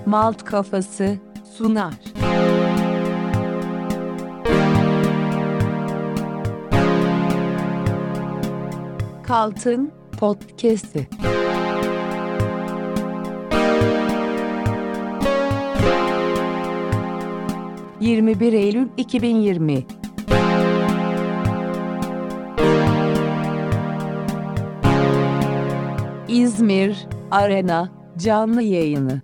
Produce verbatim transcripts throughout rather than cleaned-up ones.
Malt Kafası sunar. Kaltın Podcast'i. yirmi bir Eylül iki bin yirmi. İzmir Arena canlı yayını.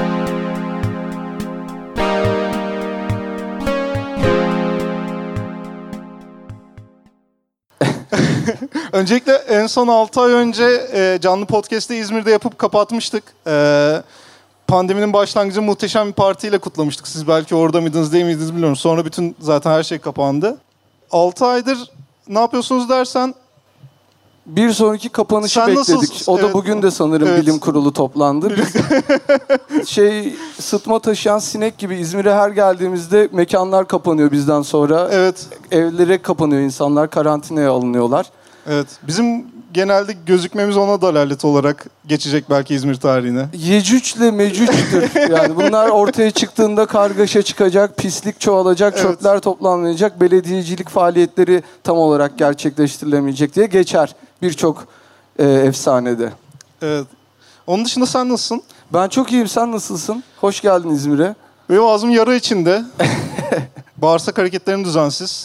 Öncelikle en son altı ay önce e, canlı podcast'ı İzmir'de yapıp kapatmıştık. E, pandeminin başlangıcı muhteşem bir partiyle kutlamıştık. Siz belki orada mıydınız değil miydiniz bilmiyorum. Sonra bütün zaten her şey kapandı. altı aydır ne yapıyorsunuz dersen... Bir sonraki kapanışı Sen bekledik. nasıl... O da evet. bugün de sanırım evet. bilim kurulu toplandı. Biz şey sıtma taşıyan sinek gibi İzmir'e her geldiğimizde mekanlar kapanıyor bizden sonra. Evet. Evlere kapanıyor insanlar, karantinaya alınıyorlar. Evet. Bizim genelde gözükmemiz ona dalalet olarak geçecek belki İzmir tarihine. Yecüc'le Mecüc'tür. Yani bunlar ortaya çıktığında kargaşa çıkacak, pislik çoğalacak, evet. çöpler toplanmayacak, belediyecilik faaliyetleri tam olarak gerçekleştirilemeyecek diye geçer birçok e, efsanede. Evet. Onun dışında sen nasılsın? Ben çok iyiyim. Sen nasılsın? Hoş geldin İzmir'e. Benim ağzım yara içinde. Bağırsak hareketlerim düzensiz.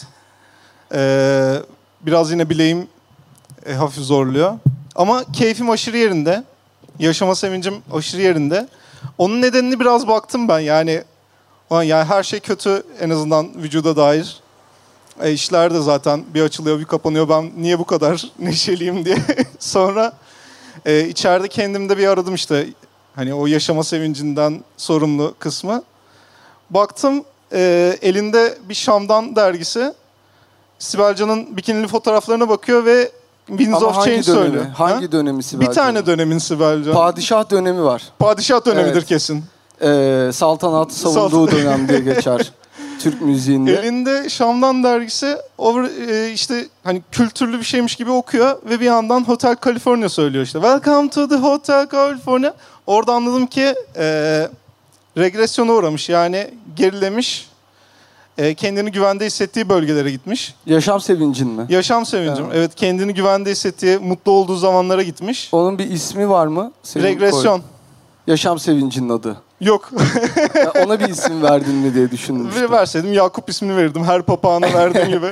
Ee, biraz yine bileğim e, hafif zorluyor. Ama keyfim aşırı yerinde. Yaşama sevincim aşırı yerinde. Onun nedenini biraz baktım ben. Yani, yani her şey kötü en azından vücuda dair. E, işler de zaten bir açılıyor bir kapanıyor. Ben niye bu kadar neşeliyim diye. Sonra e, içeride kendimde bir aradım işte. Hani o yaşama sevincinden sorumlu kısmı. Baktım e, elinde bir Şam'dan dergisi. Sibel Can'ın bikinili fotoğraflarına bakıyor ve Winds Ama of Change dönemi? söylüyor. Hangi ha? dönemi Sibel Bir tane Can'ın? dönemin Sibel Can. Padişah dönemi var. Padişah dönemidir evet. kesin. Ee, saltanat savunduğu dönem diye geçer Türk müziğinde. Elinde Şam'dan dergisi over, e, işte hani kültürlü bir şeymiş gibi okuyor ve bir yandan Hotel California söylüyor işte. Welcome to the Hotel California. Orada anladım ki e, regresyona uğramış yani gerilemiş. E, kendini güvende hissettiği bölgelere gitmiş. Yaşam sevincin mi? Yaşam sevincim. Evet, evet kendini güvende hissettiği, mutlu olduğu zamanlara gitmiş. Onun bir ismi var mı? Senin Regresyon. koy. Yaşam sevincinin adı. Yok. Yani ona bir isim verdin mi diye düşünmüştüm. Verseydim Yakup ismini verirdim. Her papağana verdiğim gibi.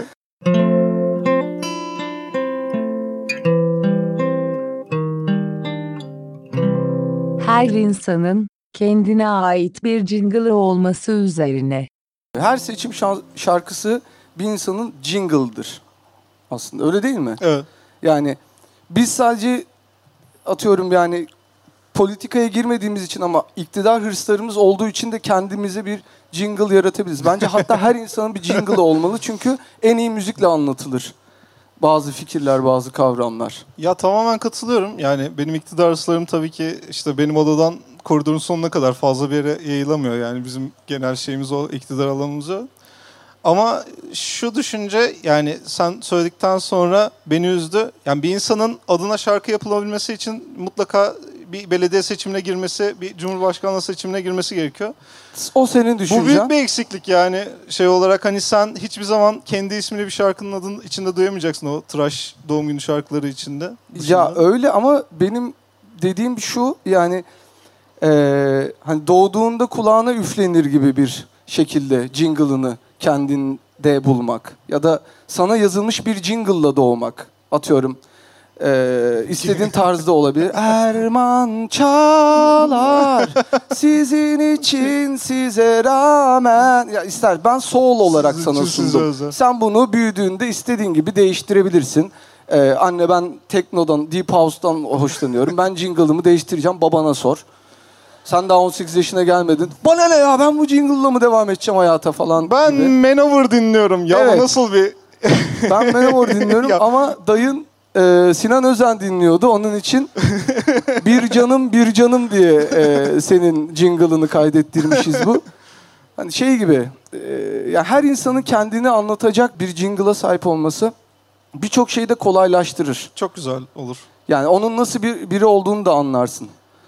Her insanın kendine ait bir jingle'ı olması üzerine. Her seçim şarkısı bir insanın jingle'dır. Aslında öyle değil mi? Evet. Yani biz sadece atıyorum yani politikaya girmediğimiz için ama iktidar hırslarımız olduğu için de kendimize bir jingle yaratabiliriz. Bence hatta her insanın bir jingle'ı olmalı çünkü en iyi müzikle anlatılır bazı fikirler, bazı kavramlar. Ya tamamen katılıyorum. Yani benim iktidar hırslarım tabii ki işte benim odadan koridorun sonuna kadar fazla bir yere yayılamıyor. Yani bizim genel şeyimiz o, iktidar alanımız o. Ama şu düşünce yani sen söyledikten sonra beni üzdü. Yani bir insanın adına şarkı yapılabilmesi için mutlaka bir belediye seçimine girmesi, bir cumhurbaşkanlığı seçimine girmesi gerekiyor. O senin düşüncen. Bu büyük bir eksiklik yani şey olarak hani sen hiçbir zaman kendi ismini bir şarkının adının içinde duyamayacaksın o tıraş doğum günü şarkıları içinde. Dışında. Ya öyle ama benim dediğim şu yani ee, hani doğduğunda kulağına üflenir gibi bir şekilde jingle'ını kendinde bulmak ya da sana yazılmış bir jingle'la doğmak atıyorum. Ee, istediğin tarzda olabilir. Erman çalar sizin için size rağmen ya ister ben soul olarak Sizin sana için sundum. size Sen bunu büyüdüğünde istediğin gibi değiştirebilirsin. Ee, anne ben teknodan, deep house'dan hoşlanıyorum. Ben jingle'ımı değiştireceğim. Babana sor. Sen daha on sekiz yaşına gelmedin. Bana ne ya ben bu jingle'la mı devam edeceğim hayata falan Ben gibi. Manowar dinliyorum. Ya evet. bu nasıl bir... Ben Manowar dinliyorum ama dayın e, Sinan Özen dinliyordu. Onun için bir canım bir canım diye e, senin jingle'ını kaydettirmişiz bu. Hani şey gibi e, yani her insanın kendini anlatacak bir jingle'a sahip olması birçok şeyi de kolaylaştırır. Çok güzel olur. Yani onun nasıl bir biri olduğunu da anlarsın.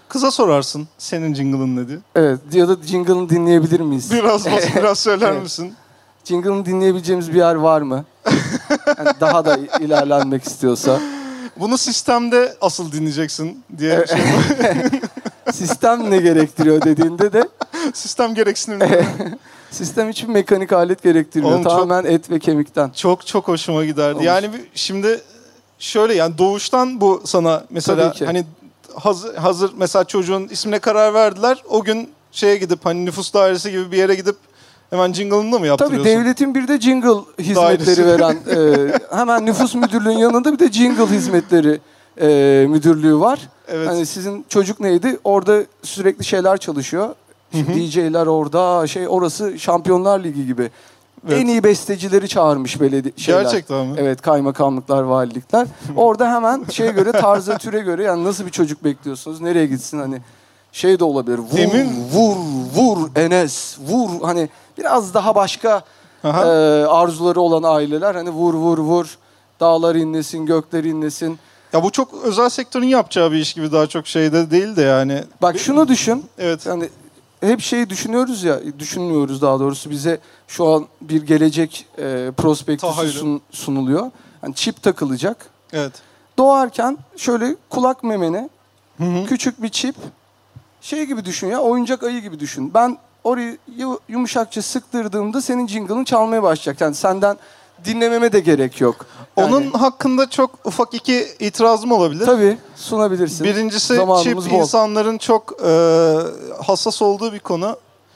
Kıza sorarsın senin jingle'ın ne diye. Evet, ya da jingle'ını dinleyebilir miyiz? Biraz biraz söyler Evet. misin? Jingle'ını dinleyebileceğimiz bir yer var mı? Yani daha da ilerlenmek istiyorsa. Bunu sistemde asıl dinleyeceksin diye bir şey var. Sistem ne gerektiriyor dediğinde de Sistem gereksinimleri. sistem hiçbir mekanik alet gerektirmiyor. Oğlum çok- Tamamen et ve kemikten. Çok çok hoşuma giderdi. Olur. Yani bir- şimdi şöyle yani doğuştan bu sana mesela Tabii ki. hani hazır, hazır mesela çocuğun ismine karar verdiler. O gün şeye gidip hani nüfus dairesi gibi bir yere gidip hemen jingle'ını mı Tabii yaptırıyorsun? devletin bir de jingle hizmetleri Dairesi. veren e, hemen nüfus müdürlüğünün yanında bir de jingle hizmetleri e, müdürlüğü var. Evet. Hani sizin çocuk neydi? Orada sürekli şeyler çalışıyor. İşte D J'ler orada, şey orası Şampiyonlar Ligi gibi. Evet. En iyi bestecileri çağırmış belediye şeyler. Gerçekten mi? Evet, kaymakamlıklar, valilikler. Orada hemen şeye göre, tarza türe göre yani nasıl bir çocuk bekliyorsunuz? Nereye gitsin hani şey de olabilir. Vur, Emin- vur, vur Enes, vur. Hani biraz daha başka Aha. e, arzuları olan aileler hani vur vur vur. Dağlar inlesin, gökler inlesin. Ya bu çok özel sektörün yapacağı bir iş gibi daha çok şeyde değil de yani. Bak şunu düşün. Evet. Yani hep şeyi düşünüyoruz ya, düşünmüyoruz daha doğrusu. Bize şu an bir gelecek e, prospektüsü Tahayyülü. sun- sunuluyor. Yani çip takılacak. Evet. Doğarken şöyle kulak memene Hı hı. küçük bir çip şey gibi düşün ya, oyuncak ayı gibi düşün. Ben orayı yu- yumuşakça sıktırdığımda senin jingle'ın çalmaya başlayacak. Yani senden dinlememe de gerek yok. Yani, Onun hakkında çok ufak iki itirazım olabilir. tabii sunabilirsin. Birincisi Zamanımız çip bol. insanların çok e, hassas olduğu bir konu.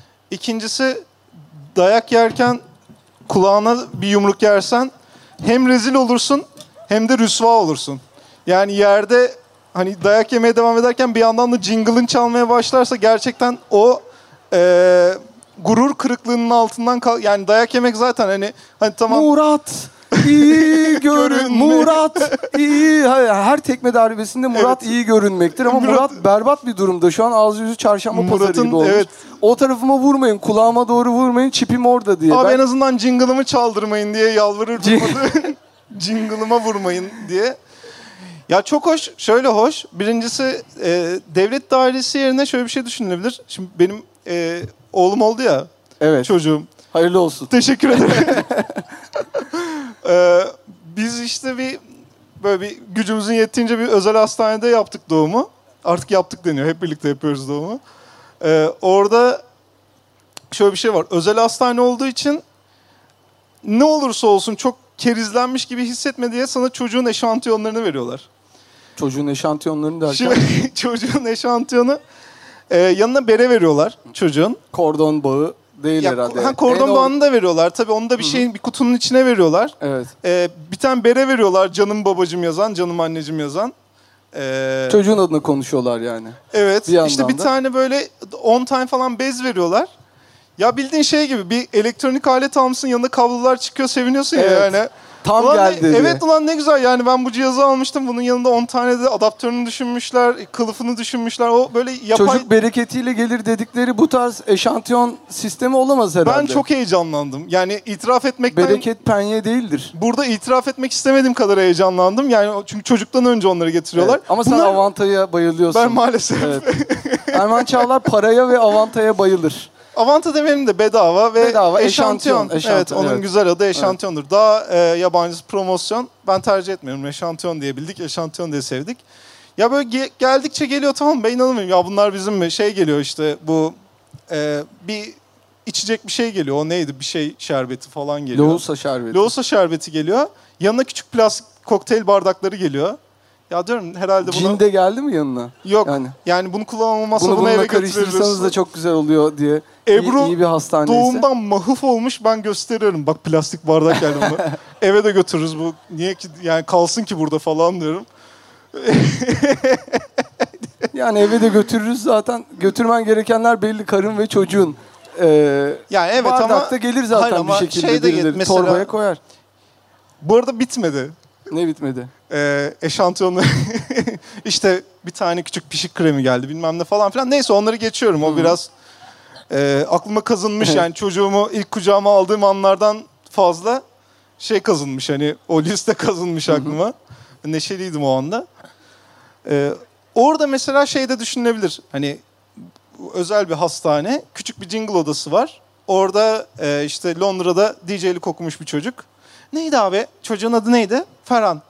İkincisi dayak yerken kulağına bir yumruk yersen hem rezil olursun hem de rüsva olursun. Yani yerde hani dayak yemeye devam ederken bir yandan da jingle'ın çalmaya başlarsa gerçekten o e, gurur kırıklığının altından kal yani dayak yemek zaten hani hani tamam Murat iyi görün. Görünme. Murat iyi. Her tekme darbesinde Murat Evet. iyi görünmektir ama Murat- Murat, berbat bir durumda. Şu an ağzı yüzü çarşamba pazarı Murat'ın, gibi olmuş. evet. O tarafıma vurmayın, kulağıma doğru vurmayın, çipim orada diye. abi Ben- en azından jingle'ımı çaldırmayın diye yalvarır durmadı. Jingle'ıma vurmayın diye. Ya çok hoş, şöyle hoş. Birincisi e, devlet dairesi yerine şöyle bir şey düşünülebilir. Şimdi benim e, oğlum oldu ya, Evet. çocuğum. Hayırlı olsun. Teşekkür ederim. E, biz işte bir böyle bir gücümüzün yettiğince bir özel hastanede yaptık doğumu. Artık yaptık deniyor. Hep birlikte yapıyoruz doğumu. E, orada şöyle bir şey var. Özel hastane olduğu için ne olursa olsun çok kerizlenmiş gibi hissetme diye sana çocuğun eşantiyonlarını veriyorlar. Çocuğun eşantiyonlarını derken Şimdi çocuğun eşantiyonu e, yanına bere veriyorlar çocuğun. kordon bağı değil Ya, herhalde. ha, kordon En or- bağını da veriyorlar. Tabii onu da bir şeyin bir kutunun içine veriyorlar. Evet. E, bir tane bere veriyorlar canım babacım yazan, canım anneciğim yazan. E, Çocuğun adına konuşuyorlar yani. Evet. Bir işte bir yandan da- tane böyle on tane falan bez veriyorlar. Ya bildiğin şey gibi bir elektronik alet almışsın yanında kablolar çıkıyor seviniyorsun ya Evet. yani. Tam Ulan geldi ne- diye. Evet ulan ne güzel yani ben bu cihazı almıştım. Bunun yanında on tane de adaptörünü düşünmüşler, kılıfını düşünmüşler. O böyle yapay... Çocuk bereketiyle gelir dedikleri bu tarz eşantiyon sistemi olamaz herhalde. Ben çok heyecanlandım. Yani itiraf etmekten... Bereket penye değildir. Burada itiraf etmek istemediğim kadar heyecanlandım. Yani o- çünkü çocuktan önce onları getiriyorlar. Evet. Ama sen Bunlar- avantaya bayılıyorsun. Ben maalesef. Evet. Erman Çağlar paraya ve avantaya bayılır. Avanta demeyelim de bedava ve Bedava, eşantiyon. eşantiyon, eşantiyon, Evet, onun evet. güzel adı eşantiyondur. Daha e, yabancısı promosyon. Ben tercih etmiyorum. Eşantiyon diye bildik, eşantiyon diye sevdik. Ya böyle ge- geldikçe geliyor tamam ben inanamıyorum. Ya bunlar bizim mi? Şey geliyor işte bu e, bir içecek bir şey geliyor. O neydi? Bir şey şerbeti falan geliyor. Lohusa şerbeti. Lohusa şerbeti geliyor. Yanına küçük plastik kokteyl bardakları geliyor. Ya diyorum herhalde bunu... Cin de geldi mi yanına? Yok. Yani, Yani. bunu kullanılmazsa Bunu bunu, eve bununla götürürüz. karıştırırsanız da çok güzel oluyor diye. Ebru iyi, iyi bir hastaneyse. Doğumdan mahıf olmuş ben gösteriyorum. Bak plastik bardak geldi buna. Eve de götürürüz bu. Niye ki yani kalsın ki burada falan diyorum. Yani eve de götürürüz zaten. Götürmen gerekenler belli, karın ve çocuğun. Ee, Yani evet ama bardakta gelir zaten hayır bir ama şekilde şeyde birileri mesela- torbaya koyar. bu arada bitmedi. Ne bitmedi? Ee, eşantiyonu işte bir tane küçük pişik kremi geldi bilmem ne falan filan. Neyse onları geçiyorum. O biraz e, aklıma kazınmış yani çocuğumu ilk kucağıma aldığım anlardan fazla şey kazınmış hani o liste kazınmış aklıma. Neşeliydim o anda. Ee, orada mesela şey de düşünülebilir. Hani özel bir hastane, küçük bir jingle odası var. Orada e, işte Londra'da D J'lik okumuş bir çocuk. Neydi abi? Çocuğun adı neydi? Ferhan.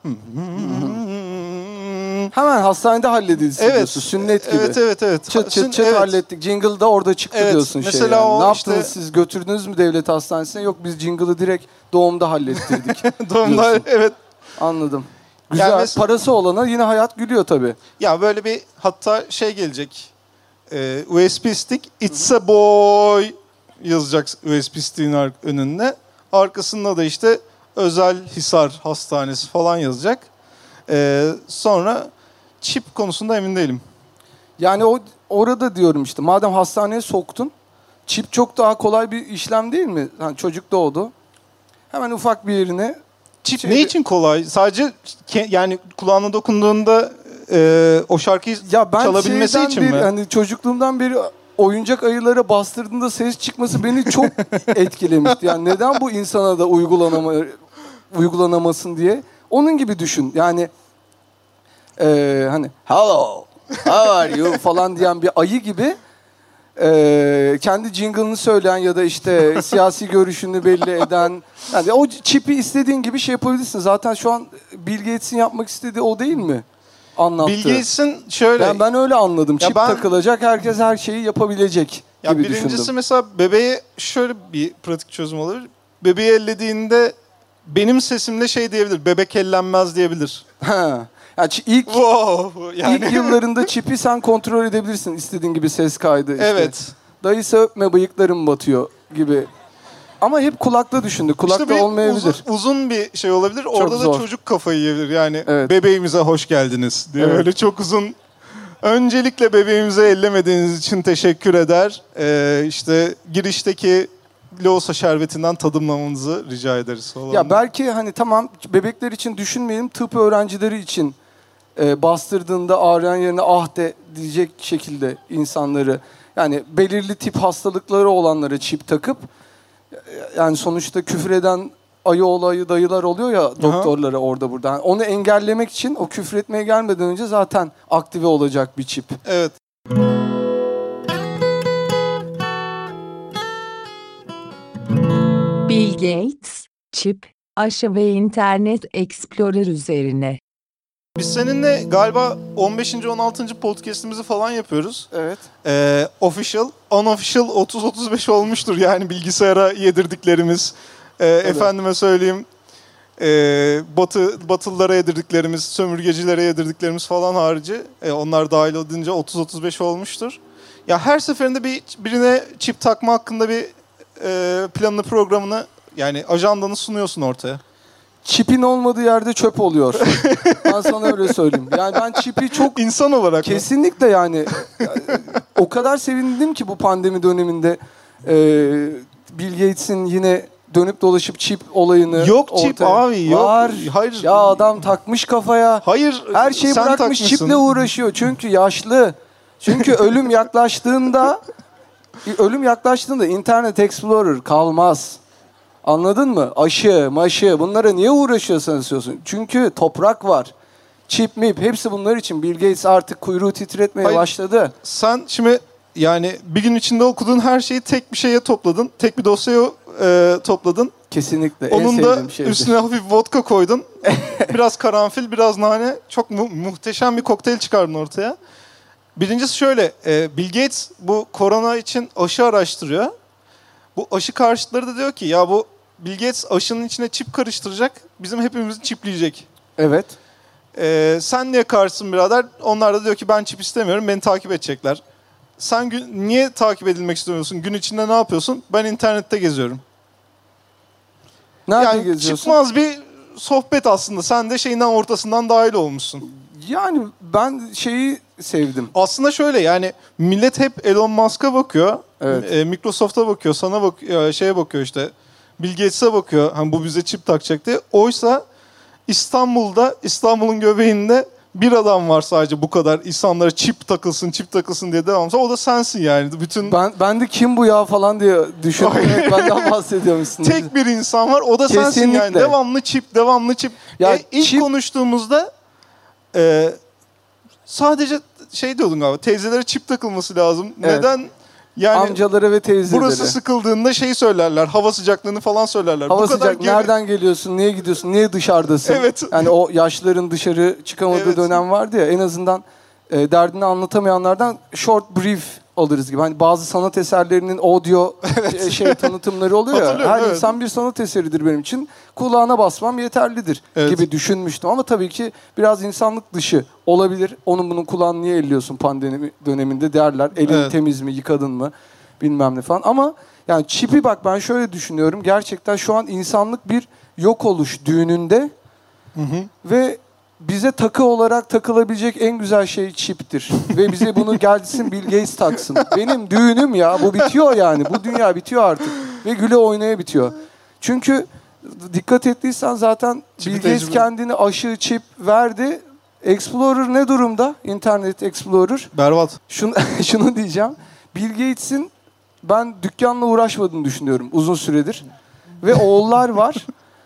Hemen hastanede halledilsin Evet. diyorsun. Sünnet gibi. Evet, evet, evet. Çıt çıt Sün- çıt evet. hallettik. Jingle da orada çıktı Evet, diyorsun. mesela şey yani. o Ne işte- yaptınız siz? Götürdünüz mü devlet hastanesine? Yok biz jingle'ı direkt doğumda hallettirdik. Doğumda, diyorsun. evet. Anladım. Güzel. Yani mesela- Parası olana yine hayat gülüyor tabii. Ya böyle bir hatta şey gelecek. Ee, U S B stick, it's a boy yazacak U S B stick'in ar- önünde. Arkasında da işte Özel Hisar Hastanesi falan yazacak. Ee, sonra çip konusunda emin değilim. Yani o orada diyorum işte madem hastaneye soktun, çip çok daha kolay bir işlem değil mi? Yani çocuk doğdu. Hemen ufak bir yerine Çip Şey- ne için kolay? Sadece ke- yani kulağına dokunduğunda e, o şarkıyı ya ben çalabilmesi şeyden için beri, mi? hani çocukluğumdan beri oyuncak ayılara bastırdığında ses çıkması beni çok etkilemişti. Yani neden bu insana da uygulanama uygulanamasın diye. Onun gibi düşün. Yani e, hani hello, how are you falan diyen bir ayı gibi e, kendi jingle'ını söyleyen ya da işte siyasi görüşünü belli eden, yani o çipi istediğin gibi şey yapabilirsin. Zaten şu an Bill Gates'in yapmak istediği o değil mi? Anlattı. Bill Gates'in şöyle... Ben, ben öyle anladım. Ya Çip ben- takılacak, herkes her şeyi yapabilecek Ya gibi birincisi düşündüm. mesela bebeğe şöyle bir pratik çözüm olabilir. Bebeği ellediğinde benim sesimle şey diyebilir. Bebek ellenmez diyebilir. Ha. Yani çi- ilk Wow. Yani ilk yıllarında çipi sen kontrol edebilirsin istediğin gibi ses kaydı işte. evet. Dayısı öpme bıyıklarım batıyor gibi. Ama hep kulakta düşündü. Kulakta İşte bir olmayabilir. uzun, uzun bir şey olabilir. Orada da zor. çocuk kafayı yiyebilir. Yani Evet. bebeğimize hoş geldiniz diye Evet. öyle çok uzun. Öncelikle bebeğimize ellemediğiniz için teşekkür eder. Ee, işte girişteki loğusa şerbetinden tadımlamanızı rica ederiz falan. Ya belki hani tamam bebekler için düşünmeyelim, tıp öğrencileri için e, bastırdığında ağrıyan yerine ah de diyecek şekilde insanları, yani belirli tip hastalıkları olanlara çip takıp e, yani sonuçta küfür eden ayı olayı dayılar oluyor ya doktorlara orada burada. Yani onu engellemek için o küfür etmeye gelmeden önce zaten aktive olacak bir çip. Evet. Bill Gates, çip, aşı ve Internet Explorer üzerine. Biz seninle galiba on beşinci on altıncı podcast'imizi falan yapıyoruz. Evet. Ee, official, unofficial otuz otuz beş olmuştur yani bilgisayara yedirdiklerimiz. Ee, efendime söyleyeyim, e, batı Batılılara yedirdiklerimiz, sömürgecilere yedirdiklerimiz falan harici. E, onlar dahil edince otuz otuz beş olmuştur. Ya her seferinde bir birine çip takma hakkında bir e, planını, programını, yani ajandanı sunuyorsun ortaya. Çipin olmadığı yerde çöp oluyor. Ben sana öyle söyleyeyim. Yani ben çipi çok İnsan olarak mı? kesinlikle yani o kadar sevindim ki bu pandemi döneminde e, Bill Gates'in yine dönüp dolaşıp çip olayını Yok çip ortaya- abi, yok. Var. Hayır. Ya adam takmış kafaya. Hayır. Her şeyi sen bırakmış takmışsın. çiple uğraşıyor. Çünkü yaşlı. Çünkü ölüm yaklaştığında ölüm yaklaştığında Internet Explorer kalmaz. Anladın mı? Aşı, maşı bunlara niye uğraşıyorsun istiyorsun? Çünkü toprak var. Çip mip hepsi bunlar için. Bill Gates artık kuyruğu titretmeye Hayır. başladı. Sen şimdi yani bir gün içinde okuduğun her şeyi tek bir şeye topladın. Tek bir dosyaya e, topladın. Kesinlikle en Onun da sevdiğim şeydir. üstüne hafif vodka koydun. Biraz karanfil, biraz nane. Çok mu- muhteşem bir kokteyl çıkardın ortaya. Birincisi şöyle. e, Bill Gates bu korona için aşı araştırıyor. Bu aşı karşıtları da diyor ki ya bu Bill Gates aşının içine çip karıştıracak. Bizim hepimizi çipleyecek. Evet. E, sen niye karşısın birader? Onlar da diyor ki ben çip istemiyorum. Beni takip edecekler. Sen gün, niye takip edilmek istemiyorsun? Gün içinde ne yapıyorsun? Ben internette geziyorum. Nerede Yani geziyorsun? çıkmaz bir sohbet aslında. Sen de şeyinden ortasından dahil olmuşsun. Yani ben şeyi sevdim. Aslında şöyle yani millet hep Elon Musk'a bakıyor. Evet. E, Microsoft'a bakıyor, sana bakıyor, şeye bakıyor işte. Bill Gates'e bakıyor. Hani bu bize çip takacak diye. Oysa İstanbul'da, İstanbul'un göbeğinde bir adam var sadece bu kadar insanlara çip takılsın, çip takılsın diye devamlı. O da sensin yani. Bütün Ben ben de kim bu ya falan diye düşündüm. Evet, benden bahsediyormuşsun. tek bir insan var. O da sensin yani. Kesinlikle. Devamlı çip, devamlı çip. Ya E, ilk çip- konuştuğumuzda e, sadece şey diyordun galiba. Teyzelere çip takılması lazım. Evet. Neden? Yani amcalara ve teyzelere. burası sıkıldığında şey söylerler. Hava sıcaklığını falan söylerler. Hava Bu kadar sıcak. geri- Nereden geliyorsun? Niye gidiyorsun? Niye dışarıdasın? Evet. Yani o yaşların dışarı çıkamadığı Evet. dönem vardı ya. En azından e, derdini anlatamayanlardan short brief alırız gibi. Hani bazı sanat eserlerinin audio şey, şey tanıtımları oluyor ya. Hatırlıyorum, Her evet. insan bir sanat eseridir benim için. Kulağına basmam yeterlidir Evet. gibi düşünmüştüm. Ama tabii ki biraz insanlık dışı olabilir. Onun bunun kulağını niye elliyorsun pandemi döneminde derler. Elin Evet. temiz mi, yıkadın mı bilmem ne falan. Ama yani çipi bak ben şöyle düşünüyorum. Gerçekten şu an insanlık bir yok oluş düğününde Hı hı. ve bize takı olarak takılabilecek en güzel şey çiptir. Ve bize bunu gelsin Bill Gates taksın. Benim düğünüm ya bu bitiyor yani. Bu dünya bitiyor artık. Ve güle oynaya bitiyor. Çünkü dikkat ettiysen zaten Çipi Bill Gates tecrübe- kendini aşı çip verdi. Explorer ne durumda? Internet Explorer. Berbat. Şunu, şunu diyeceğim. Bill Gates'in ben dükkanla uğraşmadığını düşünüyorum uzun süredir. Ve oğullar var.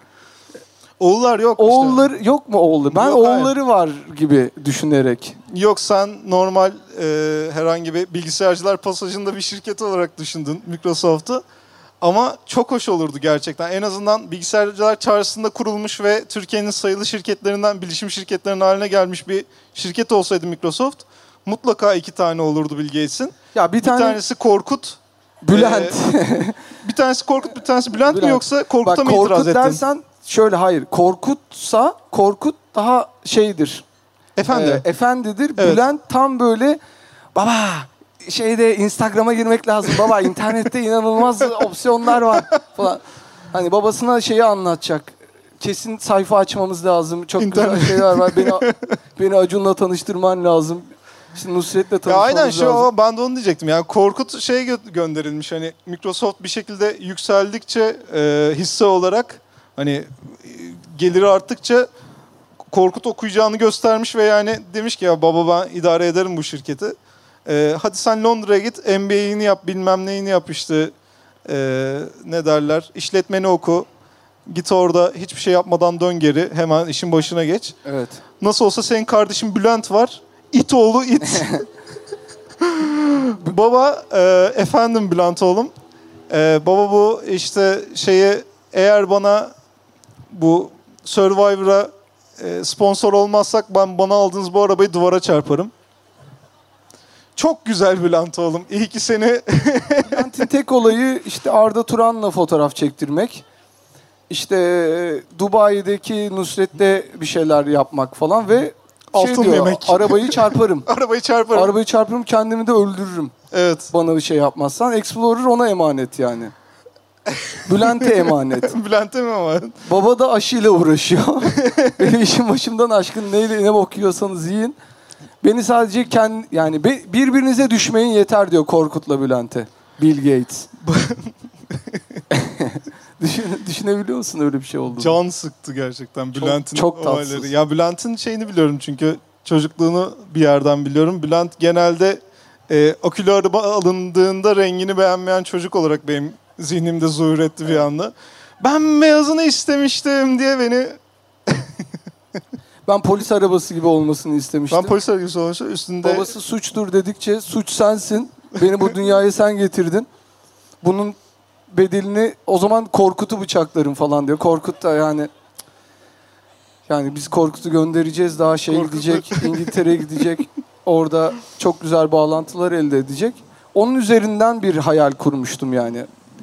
Oğullar yok işte. Oğullar yok mu oğlu? Ben Yok, hayır. oğulları var gibi düşünerek. Yok sen normal e, herhangi bir bilgisayarcılar pasajında bir şirket olarak düşündün Microsoft'u. Ama çok hoş olurdu gerçekten. En azından bilgisayarcılar çağrısında kurulmuş ve Türkiye'nin sayılı şirketlerinden, bilişim şirketlerinin haline gelmiş bir şirket olsaydı Microsoft, mutlaka iki tane olurdu Bill Gates'in. Ya bir Bir tane tanesi Korkut. Bülent. Bir tanesi Korkut, bir tanesi Bülent, mi Bülent. yoksa Korkut'a Bak mı itiraz Korkut ettin? dersen şöyle hayır. Korkutsa Korkut daha şeydir. Efendim? e, efendidir. Evet. Bülent tam böyle baba şeyde Instagram'a girmek lazım baba internette inanılmaz opsiyonlar var falan. Hani babasına şeyi anlatacak. Kesin sayfa açmamız lazım. Çok İnternet. güzel şeyler var. Beni beni Acun'la tanıştırman lazım. İşte Nusret'le Ya tanışmamız aynen şu lazım. o, ben de onu diyecektim. Yani Korkut şeye gö- gönderilmiş, hani Microsoft bir şekilde yükseldikçe e, hisse olarak, hani e, geliri arttıkça Korkut okuyacağını göstermiş ve yani demiş ki ya baba ben idare ederim bu şirketi. E, hadi sen Londra'ya git, M B A'ini yap, bilmem neyini yap işte, e, ne derler, işletmeni oku. Git orada hiçbir şey yapmadan dön geri, hemen işin başına geç. Evet. Nasıl olsa senin kardeşin Bülent var. İt oğlu it. Baba, e, efendim Bülent oğlum. E, baba bu işte şeye, eğer bana bu Survivor'a e, sponsor olmazsak ben bana aldığınız bu arabayı duvara çarparım. Çok güzel Bülent oğlum. İyi ki seni... Bülent'in tek olayı işte Arda Turan'la fotoğraf çektirmek. İşte e, Dubai'deki Nusret'te bir şeyler yapmak falan ve şey Altın diyor, yemek. arabayı çarparım. arabayı çarparım. Arabayı çarparım kendimi de öldürürüm. Evet. Bana bir şey yapmazsan. Explorer ona emanet yani. Bülent'e emanet. Bülent'e mi ama? Baba da aşıyla uğraşıyor. Benim işim başımdan aşkın neyle ne bok yiyorsanız yiyin. Beni sadece kendi yani be- birbirinize düşmeyin yeter diyor Korkut'la Bülent'e. Bill Gates. Düşün, düşünebiliyor musun öyle bir şey olduğunu? Can sıktı gerçekten Çok- Bülent'in çok tatsız. olayları. Ya Bülent'in şeyini biliyorum çünkü çocukluğunu bir yerden biliyorum. Bülent genelde e, akülü araba alındığında rengini beğenmeyen çocuk olarak benim zihnimde zuhur etti bir anda. Ben beyazını istemiştim diye beni... Ben polis arabası gibi olmasını istemiştim. Ben polis arabası olunca üstünde... Babası suçtur dedikçe suç sensin. Beni bu dünyaya sen getirdin. Bunun bedelini o zaman Korkut'u bıçaklarım falan diyor. Korkut da yani yani biz Korkut'u göndereceğiz daha şey Korkut'u- gidecek İngiltere'ye gidecek. Orada çok güzel bağlantılar elde edecek. Onun üzerinden bir hayal kurmuştum yani.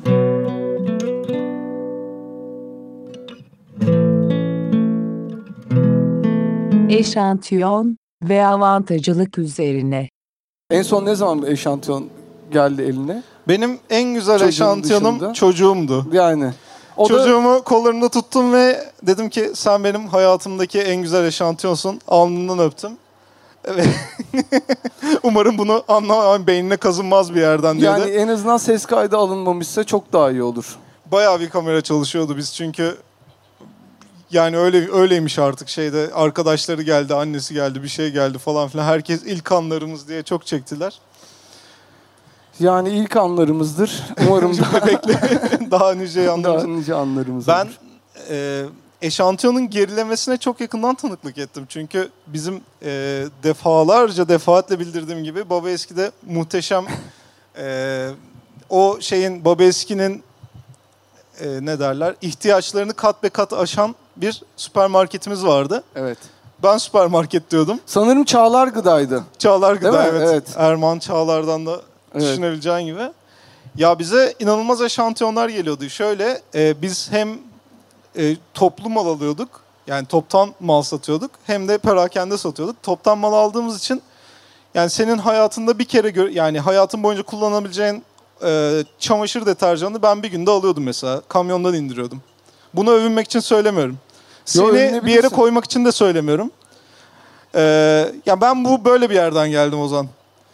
Eşantiyon ve avantajlılık üzerine. En son ne zaman bir eşantiyon geldi eline? Benim en güzel Çocuğun eşantiyonum dışında. çocuğumdu. Yani o da Çocuğumu kollarında tuttum ve dedim ki sen benim hayatımdaki en güzel eşantiyonsun. Alnından öptüm. Evet. Umarım bunu anlamam, beynine kazınmaz bir yerden diye yani de. en azından ses kaydı alınmamışsa çok daha iyi olur. Bayağı bir kamera çalışıyordu biz çünkü yani öyle öyleymiş artık şeyde, arkadaşları geldi, annesi geldi, bir şey geldi falan filan. Herkes ilk anlarımız diye çok çektiler. Yani ilk anlarımızdır. Umarım daha, Bebekle daha nice daha anlarımız. nice anlarımız Ben olur. e, eşantiyonun gerilemesine çok yakından tanıklık ettim. Çünkü bizim e, defalarca defaatle bildirdiğim gibi Baba Eski'de muhteşem e, o şeyin Baba Eski'nin e, ne derler ihtiyaçlarını kat be kat aşan bir süpermarketimiz vardı. Evet. Ben süpermarket diyordum. Sanırım Çağlar Gıda'ydı. Çağlar Değil Gıda mi? evet. Evet. Erman Çağlar'dan da Evet. düşünebileceğin gibi. Ya bize inanılmaz eşantiyonlar geliyordu. Şöyle e, biz hem e, toplu mal alıyorduk. Yani toptan mal satıyorduk. Hem de perakende satıyorduk. Toptan mal aldığımız için yani senin hayatında bir kere gö- yani hayatın boyunca kullanabileceğin e, çamaşır deterjanını ben bir günde alıyordum mesela. Kamyondan indiriyordum. Bunu övünmek için söylemiyorum. Yo, Seni bir yere övünebilirsin. koymak için de söylemiyorum. Ee, ya ben bu böyle bir yerden geldim Ozan.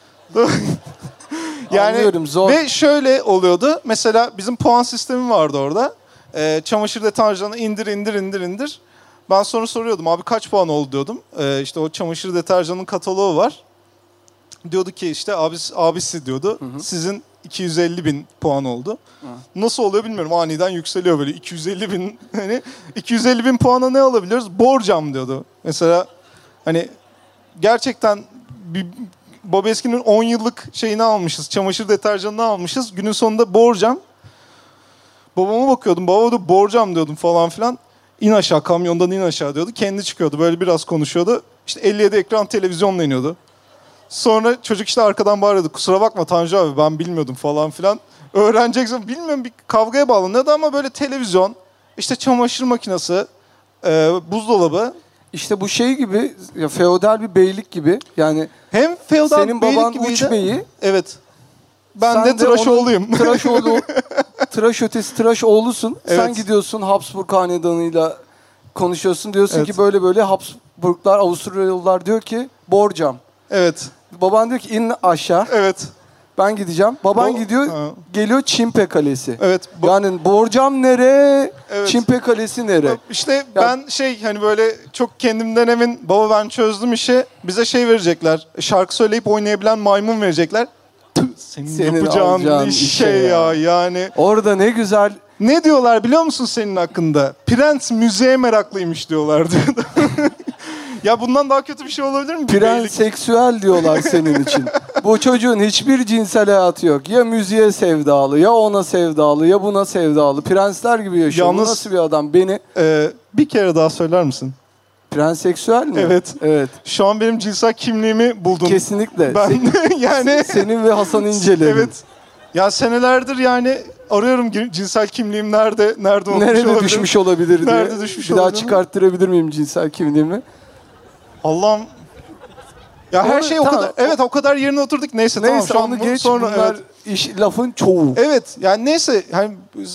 yani Anlıyorum, zor. ve şöyle oluyordu. Mesela bizim puan sistemi vardı orada. Ee, çamaşır deterjanı indir indir indir indir. Ben sonra soruyordum abi kaç puan oldu diyordum. Ee, işte o çamaşır deterjanının kataloğu var. Diyordu ki işte abisi, abisi diyordu. Hı hı. Sizin iki yüz elli bin puan oldu. Hı. Nasıl oluyor bilmiyorum. Aniden yükseliyor böyle iki yüz elli bin. Hani iki yüz elli bin puana ne alabiliyoruz? Borcam diyordu. Mesela hani gerçekten bir Baba Eski'nin on yıllık şeyini almışız. Çamaşır deterjanını almışız. Günün sonunda borcam. Babama bakıyordum. Baba da borcam diyordum falan filan. İn aşağı kamyondan in aşağı diyordu. Kendi çıkıyordu. Böyle biraz konuşuyordu. İşte elli yedi ekran televizyonla iniyordu. Sonra çocuk işte arkadan bağırıyordu. Kusura bakma Tanju abi ben bilmiyordum falan filan. Öğreneceksin. Bilmiyorum bir kavgaya bağlanıyordu ama böyle televizyon, işte çamaşır makinesi, e, buzdolabı. İşte bu şey gibi, ya feodal bir beylik gibi. Yani hem feodal senin beylik baban gibiydi. uç beyi. Evet. Ben Sen de tıraş onun oğluyum. Tıraş oğlu, tıraş ötesi tıraş oğlusun. Evet. Sen gidiyorsun Habsburg hanedanıyla konuşuyorsun. Diyorsun Evet. ki böyle böyle Habsburglar, Avusturyalılar diyor ki borcam. Evet. Baban diyor ki in aşağı. Evet. Ben gideceğim. Baban Bo- gidiyor. Ha. Geliyor Çimpe Kalesi. Evet. Bo- Yani borcam nere? Evet. Çimpe Kalesi nere? İşte ben şey hani böyle çok kendimden emin baba ben çözdüm işi. Bize şey verecekler. Şarkı söyleyip oynayabilen maymun verecekler. Tüh, senin, Senin yapacağın alacağın iş işe şey ya. ya. yani. Orada ne güzel. Ne diyorlar biliyor musun senin hakkında? Prens müziğe meraklıymış diyorlar diyordu. Ya bundan daha kötü bir şey olabilir mi? Bir Prens beylik. seksüel diyorlar senin için. Bu çocuğun hiçbir cinsel hayatı yok. Ya müziğe sevdalı, ya ona sevdalı, ya buna sevdalı. Prensler gibi yaşıyor. Yalnız- Bu nasıl bir adam? Beni Ee, bir kere daha söyler misin? prens seksüel mi? Evet. Evet. Şu an benim cinsel kimliğimi buldun. Kesinlikle. Ben yani Senin ve Hasan İnce'lerin. evet. Ya senelerdir yani arıyorum gi- cinsel kimliğim nerede nerede unutmuş Nerede olabilirim. düşmüş olabilir diye. Nerede düşmüş Bir daha olabilirim? çıkarttırabilir miyim cinsel kimliğimi? Allah'ım. Ya her Onu- şey o tamam. kadar evet o kadar yerine oturduk. Neyse, tamam Neyse şu an onu bu- geç. sonra Bunlar evet. iş, lafın çoğu. Evet yani neyse hani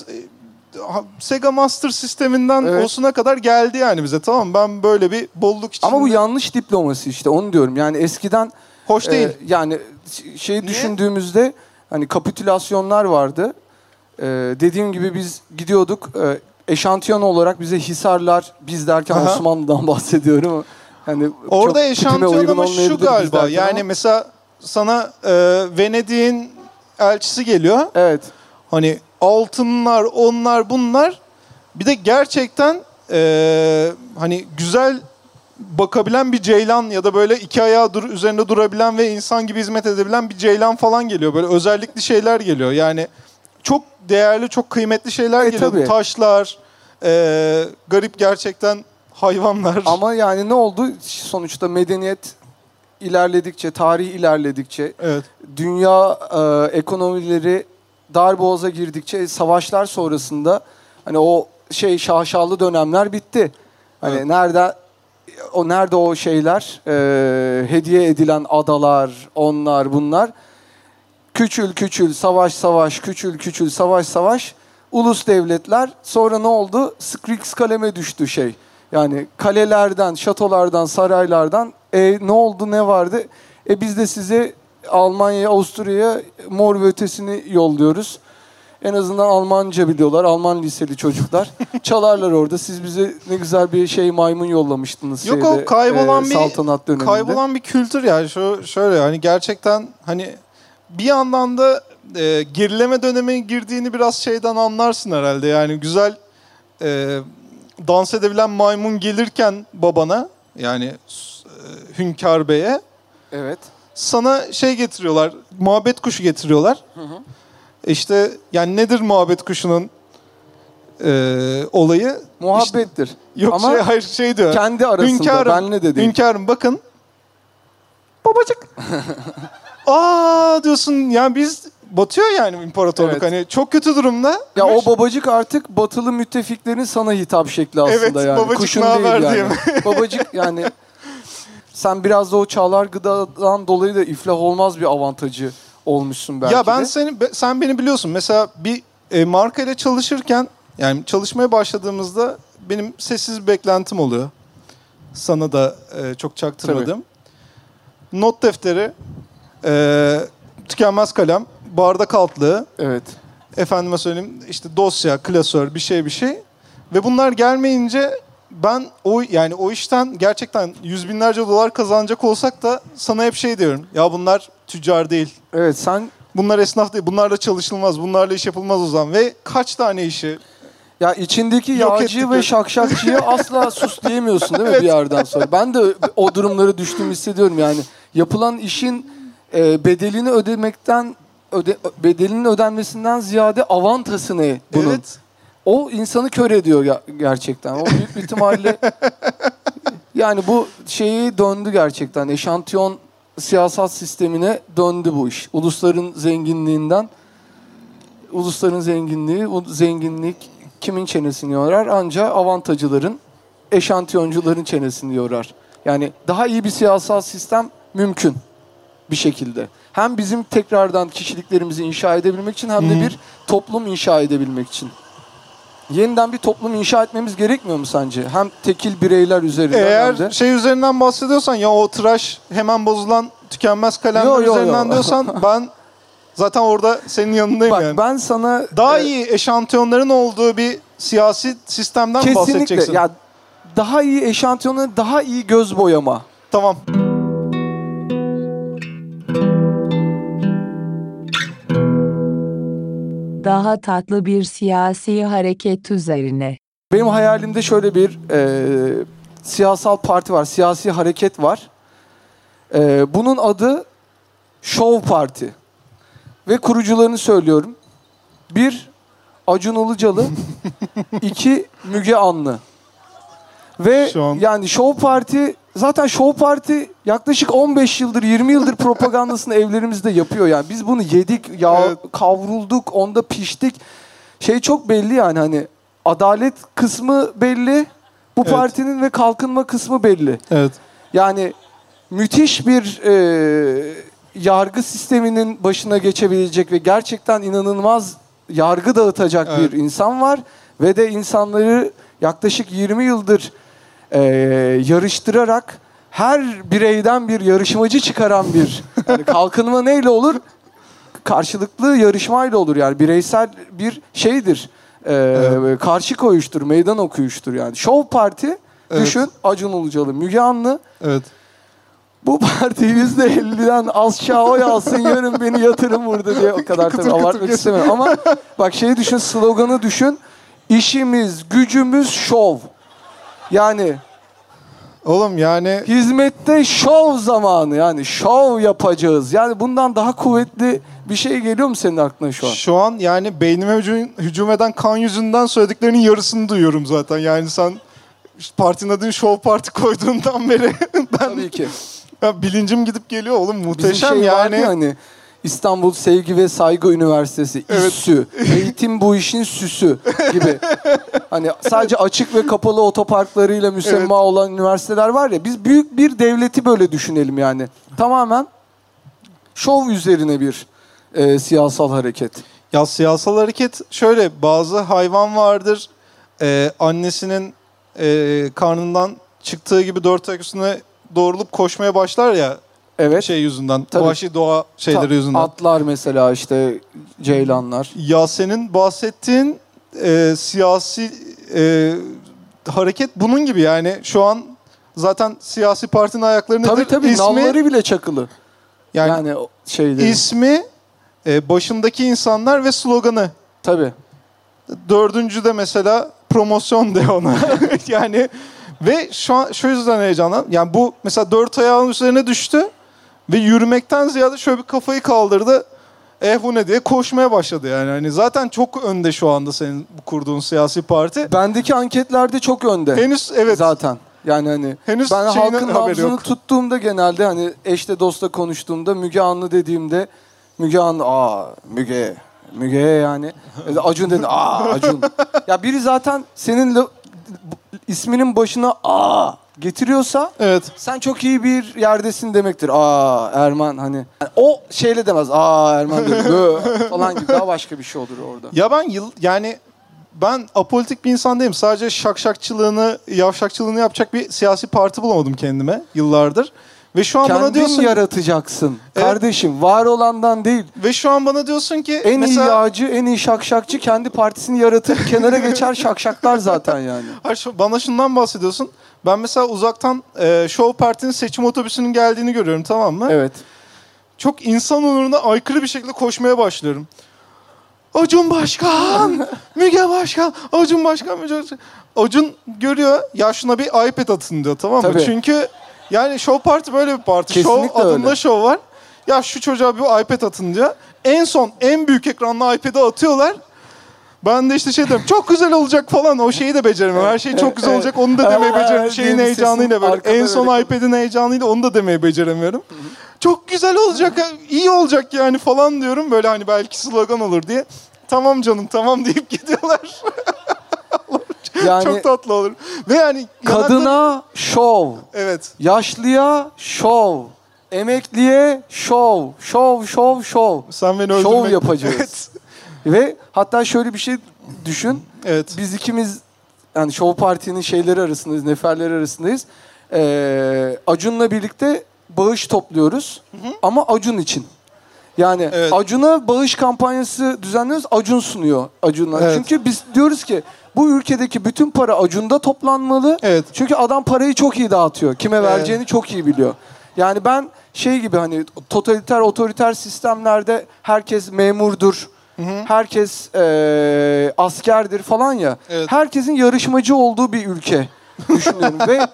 e, ha- Sega Master sisteminden Evet. Osuna kadar geldi yani bize, tamam ben böyle bir bolluk içinde. Ama bu yanlış diplomasi işte, onu diyorum. Yani eskiden hoş değil. e, yani şey düşündüğümüzde hani kapitülasyonlar vardı. E, dediğim gibi biz gidiyorduk. E, eşantiyon olarak bize Hisarlar, biz derken Aha. Osmanlı'dan bahsediyorum. Hani Orada çok tipime eşantiyon uygun ama şu olmayabilir biz galiba derken yani ama- mesela sana e, Venedik'in elçisi geliyor. Evet. Hani altınlar, onlar, bunlar. Bir de gerçekten eee, hani güzel bakabilen bir ceylan ya da böyle iki ayağı dur üzerinde durabilen ve insan gibi hizmet edebilen bir ceylan falan geliyor. Böyle özellikli şeyler geliyor. Yani çok değerli, çok kıymetli şeyler E, geliyor. tabii. Taşlar, eee, garip gerçekten hayvanlar. Ama yani ne oldu? Sonuçta medeniyet ilerledikçe, tarih ilerledikçe, Evet. dünya e, ekonomileri darboğaza girdikçe, savaşlar sonrasında hani o şey şaşalı dönemler bitti. Hani Evet. nerede o nerede o şeyler, e, hediye edilen adalar, onlar bunlar, küçül küçül savaş savaş, küçül küçül savaş savaş, ulus devletler. Sonra ne oldu? Skriks kaleme düştü şey. Yani kalelerden, şatolardan, saraylardan e, ne oldu, ne vardı? E biz de size Almanya'ya, Avusturya'ya mor ve ötesini yolluyoruz. En azından Almanca biliyorlar. Alman liseli çocuklar. Çalarlar orada. Siz bize ne güzel bir şey maymun yollamıştınız. Yok şeyde, o kaybolan e, bir saltanat döneminde. kaybolan bir kültür yani şu şöyle hani gerçekten hani bir yandan da e, gerileme dönemine girdiğini biraz şeyden anlarsın herhalde yani güzel e, dans edebilen maymun gelirken babana, yani e, Hünkar Bey'e, Evet. sana şey getiriyorlar, muhabbet kuşu getiriyorlar. Hı hı. İşte yani nedir muhabbet kuşunun e, olayı? Muhabbettir. İşte, yok Ama şey, hayır şey diyor. kendi arasında, Hünkârım, benle de değil. Hünkârım bakın. Babacık. Aa diyorsun yani biz batıyor yani imparatorluk. Evet. Hani çok kötü durumda. Ya Ve- o babacık artık batılı müttefiklerin sana hitap şekli aslında Evet, yani. babacık Kuşun naber değil diye yani. mi? Babacık yani sen biraz da o çağlar gıdadan dolayı da iflah olmaz bir avantajı olmuşsun belki Ya ben de. seni be- sen beni biliyorsun. Mesela bir e, marka ile çalışırken, yani çalışmaya başladığımızda benim sessiz bir beklentim oluyor. Sana da e, çok çaktırmadım. Not defteri, e, tükenmez kalem, bardak altlığı, Evet. efendime söyleyeyim işte dosya, klasör, bir şey bir şey. Ve bunlar gelmeyince ben o yani o işten gerçekten yüz binlerce dolar kazanacak olsak da sana hep şey diyorum. Ya bunlar tüccar değil. Evet sen Bunlar esnaf değil. Bunlarla çalışılmaz. Bunlarla iş yapılmaz o zaman. Ve kaç tane işi ya içindeki Yok yağcı ettik ve ya. şakşakçıyı asla sus diyemiyorsun değil mi bir yerden sonra? Ben de o durumlara düştüğümü hissediyorum yani. Yapılan işin e, bedelini ödemekten öde, bedelinin ödenmesinden ziyade avantası ne bunun? Evet. O insanı kör ediyor ya- gerçekten. O büyük bir ihtimalle yani bu şeyi döndü gerçekten. Eşantiyon siyasal sistemine döndü bu iş. Ulusların zenginliğinden ulusların zenginliği, o zenginlik kimin çenesini yorar? Anca avantajcıların, eşantiyoncuların çenesini yorar. Yani daha iyi bir siyasal sistem mümkün bir şekilde. Hem bizim tekrardan kişiliklerimizi inşa edebilmek için hem de Hı. bir toplum inşa edebilmek için. Yeniden bir toplum inşa etmemiz gerekmiyor mu sence? Hem tekil bireyler üzerinden hem Eğer de... şey üzerinden bahsediyorsan, ya o tıraş hemen bozulan tükenmez kalemler Yo, yo, üzerinden yo. diyorsan ben zaten orada senin yanındayım Bak yani. ben sana... Daha e, iyi eşantiyonların olduğu bir siyasi sistemden mi kesinlikle bahsedeceksin? ya daha iyi eşantiyonları, daha iyi göz boyama. Tamam. Daha tatlı bir siyasi hareket üzerine. Benim hayalimde şöyle bir e, siyasal parti var, siyasi hareket var. E, bunun adı Show Parti. Ve kurucularını söylüyorum. Bir, Acun Ilıcalı. iki, Müge Anlı. Ve Şu an- yani Show Parti, zaten Show Parti yaklaşık on beş yıldır, yirmi yıldır propagandasını evlerimizde yapıyor. Yani biz bunu yedik, ya Evet. kavrulduk, onda piştik. Şey çok belli yani hani adalet kısmı belli, bu Evet. partinin ve kalkınma kısmı belli. Evet. Yani müthiş bir e, yargı sisteminin başına geçebilecek ve gerçekten inanılmaz yargı dağıtacak Evet. bir insan var. Ve de insanları yaklaşık yirmi yıldır e, yarıştırarak her bireyden bir yarışmacı çıkaran bir yani kalkınma neyle olur? Karşılıklı yarışmayla olur yani bireysel bir şeydir. E, Evet. Karşı koyuştur, meydan okuyuştur yani. Show Parti Evet. düşün, Acun Ilıcalı, Müge Anlı. Evet. Bu parti yüzde elliden aşağı oy alsın, yarın beni yatırın burada diye o kadar tabii Kıtır kıtır abartmak geçin. istemiyorum. Ama bak şeyi düşün, sloganı düşün. İşimiz, gücümüz şov. Yani Oğlum yani hizmette şov zamanı, yani şov yapacağız. Yani bundan daha kuvvetli bir şey geliyor mu senin aklına şu an? şu an yani beynime hücum, hücum eden kan yüzünden söylediklerinin yarısını duyuyorum zaten. Yani sen işte partinin adını Show Parti koyduğundan beri ben Tabii ki. ya bilincim gidip geliyor oğlum, Bizim muhteşem şey vardı yani. ya hani İstanbul Sevgi ve Saygı Üniversitesi, Evet. İSSÜ, eğitim bu işin süsü gibi. Hani sadece açık ve kapalı otoparklarıyla müsemma Evet. olan üniversiteler var ya, biz büyük bir devleti böyle düşünelim yani. Tamamen şov üzerine bir e, siyasal hareket. Ya siyasal hareket şöyle, bazı hayvan vardır e, annesinin e, karnından çıktığı gibi dört ayak üstüne doğrulup koşmaya başlar ya Evet. şey yüzünden, Tabii. vahşi doğa şeyleri Ta- yüzünden. Atlar mesela, işte ceylanlar. Ya senin bahsettiğin e, siyasi e, hareket bunun gibi yani. Şu an zaten siyasi partinin ayakları nedir? Tabii tabii, İsmi, nalları bile çakılı. yani, Yani, o şeyleri. ismi, e, başındaki insanlar ve sloganı. Tabii. Dördüncü de mesela promosyon de ona. Yani ve şu an şu yüzden heyecanlı. Yani bu mesela dört ayağın üzerine düştü ve yürümekten ziyade şöyle bir kafayı kaldırdı. E bu ne diye koşmaya başladı yani. Hani zaten çok önde şu anda senin bu kurduğun siyasi parti. Bendeki anketlerde çok önde. Henüz evet. Zaten. Yani hani henüz ben halkın nabzını yok. tuttuğumda genelde hani eşle dostla konuştuğumda Müge Anlı dediğimde Müge Anlı aa Müge Müge yani Acun dedi aa Acun. Ya biri zaten senin lo- isminin başına aa getiriyorsa evet. Sen çok iyi bir yerdesin demektir. Aa Erman hani yani o şeyle demez. Aa Erman dedi falan gibi daha başka bir şey olur orada. Ya ben yıl yani ben apolitik bir insan değilim. Sadece şakşakçılığını, yavşakçılığını yapacak bir siyasi parti bulamadım kendime yıllardır. Ve şu an Kendin bana diyorsun yaratacaksın. Evet. Kardeşim var olandan değil. Ve şu an bana diyorsun ki En mesela... iyi yağcı, en iyi şakşakçı kendi partisini yaratıp kenara geçer şakşaklar zaten yani. Hayır, şu- bana şundan bahsediyorsun. Ben mesela uzaktan e, Show Parti'nin seçim otobüsünün geldiğini görüyorum, tamam mı? Evet. Çok insan onuruna aykırı bir şekilde koşmaya başlıyorum. Acun Başkan, Müge Başkan, Acun Başkan, Müge Başkan. Acun görüyor, ya şuna bir iPad atın diyor, tamam mı? Tabii. Çünkü yani Show Parti böyle bir parti. Kesinlikle Show adında öyle. show var. Ya şu çocuğa bir iPad atın diyor. En son en büyük ekranlı iPad'i atıyorlar. Ben de işte şey diyorum, çok güzel olacak falan, o şeyi de beceremem. Her şey çok güzel Evet. olacak, onu da demeyi Aa, beceremiyorum. diye Şeyin bir heyecanıyla sesin böyle, arkada en son böyle- iPad'in heyecanıyla onu da demeyi beceremiyorum. Çok güzel olacak, iyi olacak yani falan diyorum. Böyle hani belki slogan olur diye. Tamam canım, tamam deyip gidiyorlar. Yani Çok tatlı olur. Ve yani kadına şov, evet. yaşlıya şov, emekliye şov, şov, şov, şov. Sen beni Şov öldürmek... yapacağız. Evet. Ve hatta şöyle bir şey düşün. Evet. Biz ikimiz yani Show Parti'nin şeyleri arasındayız, neferleri arasındayız. Ee, Acun'la birlikte bağış topluyoruz. Hı hı. Ama Acun için. Yani Evet. Acun'a bağış kampanyası düzenliyoruz. Acun sunuyor Acun'la. Evet. Çünkü biz diyoruz ki bu ülkedeki bütün para Acun'da toplanmalı. Evet. Çünkü adam parayı çok iyi dağıtıyor. Kime vereceğini evet. çok iyi biliyor. Yani ben şey gibi hani totaliter, otoriter sistemlerde herkes memurdur. Hı hı. Herkes e, askerdir falan ya. Evet. Herkesin yarışmacı olduğu bir ülke düşünüyorum ve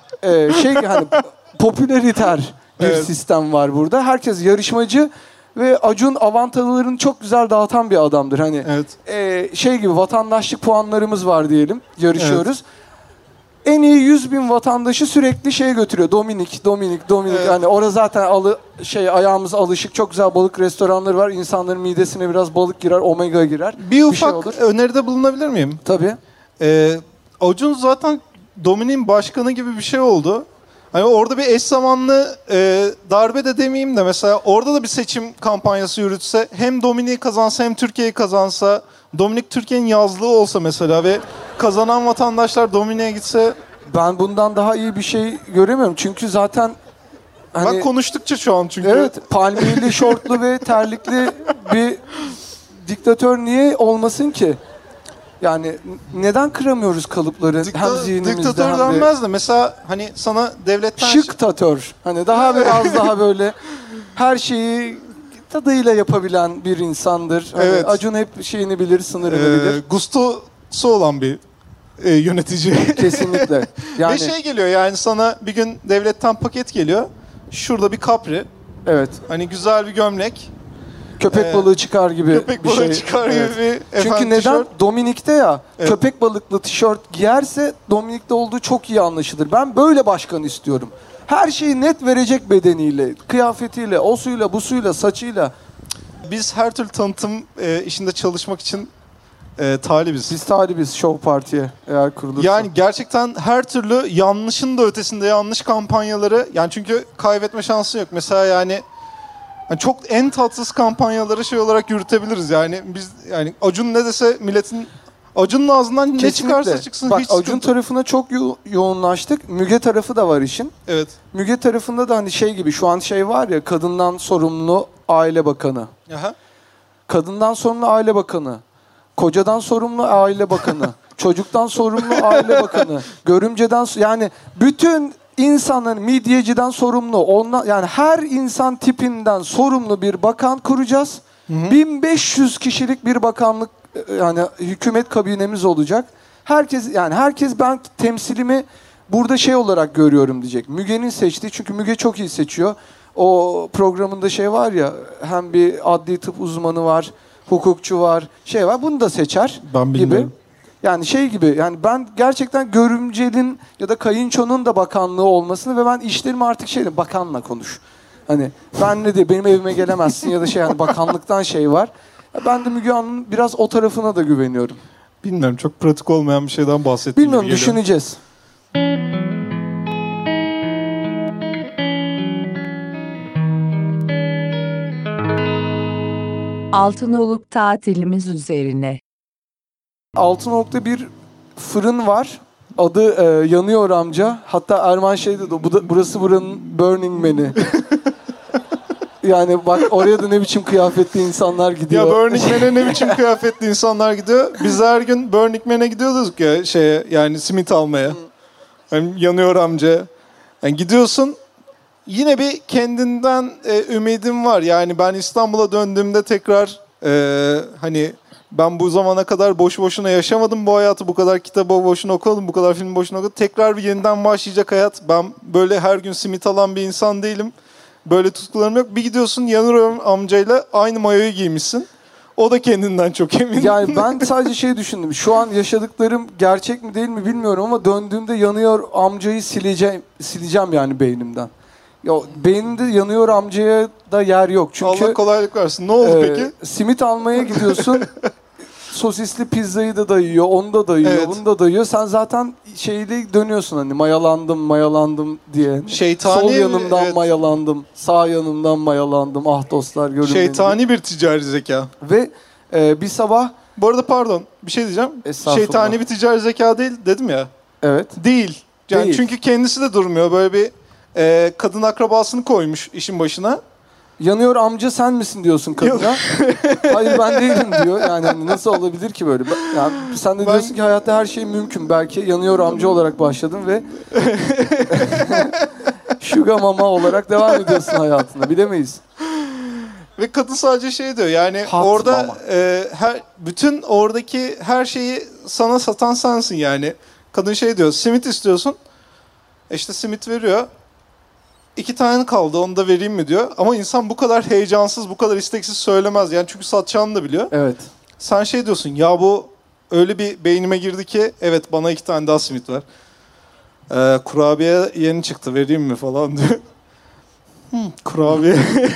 e, şey hani popüleriter bir evet. sistem var burada. Herkes yarışmacı ve Acun avantajlarını çok güzel dağıtan bir adamdır. Hani evet. e, şey gibi vatandaşlık puanlarımız var diyelim. Yarışıyoruz. Evet. En iyi yüz bin vatandaşı sürekli şeye götürüyor. Dominik, Dominik, Dominik. Evet. Yani orada zaten alı, şey ayağımız alışık. Çok güzel balık restoranları var. İnsanların midesine biraz balık girer, omega girer. Bir, bir ufak şey öneride bulunabilir miyim? Tabii. Ee, Acun zaten Dominik'in başkanı gibi bir şey oldu. Hani orada bir eş zamanlı e, darbe de demeyeyim de mesela orada da bir seçim kampanyası yürütse, hem Dominik'i kazansa hem Türkiye'yi kazansa, Dominik Türkiye'nin yazlığı olsa mesela ve kazanan vatandaşlar Dominik'e gitse. Ben bundan daha iyi bir şey göremiyorum. Çünkü zaten hani, ben konuştukça şu an çünkü. Evet, palmiyeli, şortlu ve terlikli bir diktatör niye olmasın ki? Yani neden kıramıyoruz kalıpları Dikta, hem zihnimizde diktatör hem de... denmez de mesela hani sana devletten... Şıktatör. Hani daha biraz daha böyle her şeyi tadıyla yapabilen bir insandır. Hani evet. Acun hep şeyini bilir, sınırını ee, bilir. Gustosu olan bir e, yönetici. Kesinlikle. Yani... Ve şey geliyor yani sana bir gün devletten paket geliyor. Şurada bir kapri. Evet. Hani güzel bir gömlek. Köpek balığı çıkar gibi köpek bir balığı şey. çıkar evet. gibi bir Çünkü neden? Tişört. Dominik'te ya evet. köpek balıklı tişört giyerse Dominik'te olduğu çok iyi anlaşılır. Ben böyle başkan istiyorum. Her şeyi net verecek bedeniyle, kıyafetiyle, o suyla, bu suyla, saçıyla. Biz her türlü tanıtım e, işinde çalışmak için e, talibiz. Biz talibiz Show Parti'ye eğer kurulursa. Yani gerçekten her türlü yanlışın da ötesinde yanlış kampanyaları, yani çünkü kaybetme şansı yok. Mesela yani Yani çok en tatsız kampanyaları şey olarak yürütebiliriz yani biz yani Acun ne dese milletin Acun'un ağzından Kesinlikle. ne çıkarsa çıksın Bak, hiç Acun sıkıntı. tarafına çok yo- yoğunlaştık. Müge tarafı da var işin. Evet. Müge tarafında da hani şey gibi şu an şey var ya kadından sorumlu aile bakanı. Aha. Kadından sorumlu aile bakanı. Kocadan sorumlu aile bakanı. Çocuktan sorumlu aile bakanı. Görümceden yani bütün İnsanların midyeciden sorumlu, onla, yani her insan tipinden sorumlu bir bakan kuracağız. Hı hı. bin beş yüz kişilik bir bakanlık e, yani hükümet kabinemiz olacak. Herkes yani herkes ben temsilimi burada şey olarak görüyorum diyecek. Müge'nin seçtiği, çünkü Müge çok iyi seçiyor. O programında şey var ya, hem bir adli tıp uzmanı var, hukukçu var, şey var. Bunu da seçer Ben gibi. bilmiyorum. Yani şey gibi, yani ben gerçekten görümcelin ya da kayınçonun da bakanlığı olmasını ve ben işlerimi artık şeyle bakanla konuş. Hani ben ne diye benim evime gelemezsin ya da şey, yani bakanlıktan şey var. Ben de Müge Anlı'nın biraz o tarafına da güveniyorum. Bilmiyorum, çok pratik olmayan bir şeyden bahsettiğim Bilmiyorum, gibi geliyor. düşüneceğiz. Altınoluk tatilimiz üzerine. altı nokta bir fırın var. Adı e, Yanıyor Amca. Hatta Erman şey dedi, bu da, burası buranın Burning Man'i. Yani bak, oraya da ne biçim kıyafetli insanlar gidiyor. Ya Burning Man'e ne biçim kıyafetli insanlar gidiyor. Biz her gün Burning Man'e gidiyorduk ya şeye, yani simit almaya. Yani Yanıyor amca. Yani gidiyorsun, yine bir kendinden e, ümidim var. Yani ben İstanbul'a döndüğümde tekrar e, hani ben bu zamana kadar boş boşuna yaşamadım bu hayatı. Bu kadar kitabı boşuna okumadım, bu kadar film boşuna okumadım. Tekrar bir yeniden başlayacak hayat. Ben böyle her gün simit alan bir insan değilim. Böyle tutkularım yok. Bir gidiyorsun, Yanıyor amcayla aynı mayoyu giymişsin. O da kendinden çok emin. Yani ben sadece şey düşündüm. Şu an yaşadıklarım gerçek mi değil mi bilmiyorum ama döndüğümde Yanıyor Amcayı sileceğim, sileceğim yani beynimden. Ya beynimde Yanıyor Amcaya da yer yok. Çünkü Allah kolaylık versin. Ne oldu e, peki? simit almaya gidiyorsun. Sosisli pizzayı da dayıyor, onu da dayıyor, Evet. bunu da dayıyor. Sen zaten şeyle dönüyorsun, hani mayalandım, mayalandım diye. Şeytani, Sol yanımdan evet. mayalandım, sağ yanımdan mayalandım. Ah dostlar, görün beni. Şeytani bir ticari zeka. Ve e, bir sabah, Bu arada pardon, bir şey diyeceğim. Estağfurullah. Şeytani bir ticari zeka değil dedim ya. evet. Değil. Yani Değil. çünkü kendisi de durmuyor. Böyle bir e, kadın akrabasını koymuş işin başına. Yanıyor amca sen misin diyorsun kadına. Hayır ben değilim diyor. Yani hani nasıl olabilir ki böyle? Ben- Yani sen de Ben- diyorsun ki hayatta her şey mümkün. Belki yanıyor amca olarak başladın ve Sugar mama olarak devam ediyorsun hayatına. Bilemeyiz. Ve kadın sadece şey diyor, yani Hot orada mama. e, her bütün oradaki her şeyi sana satan sensin yani. Kadın şey diyor, simit istiyorsun. E İşte simit veriyor. İki tane kaldı, onu da vereyim mi diyor. Ama insan bu kadar heyecansız, bu kadar isteksiz söylemez. Yani çünkü satacağını da biliyor. Evet. Sen şey diyorsun, ya bu öyle bir beynime girdi ki evet bana iki tane daha simit ver. Ee, kurabiye yeni çıktı, vereyim mi falan diyor. Hmm, kurabiye.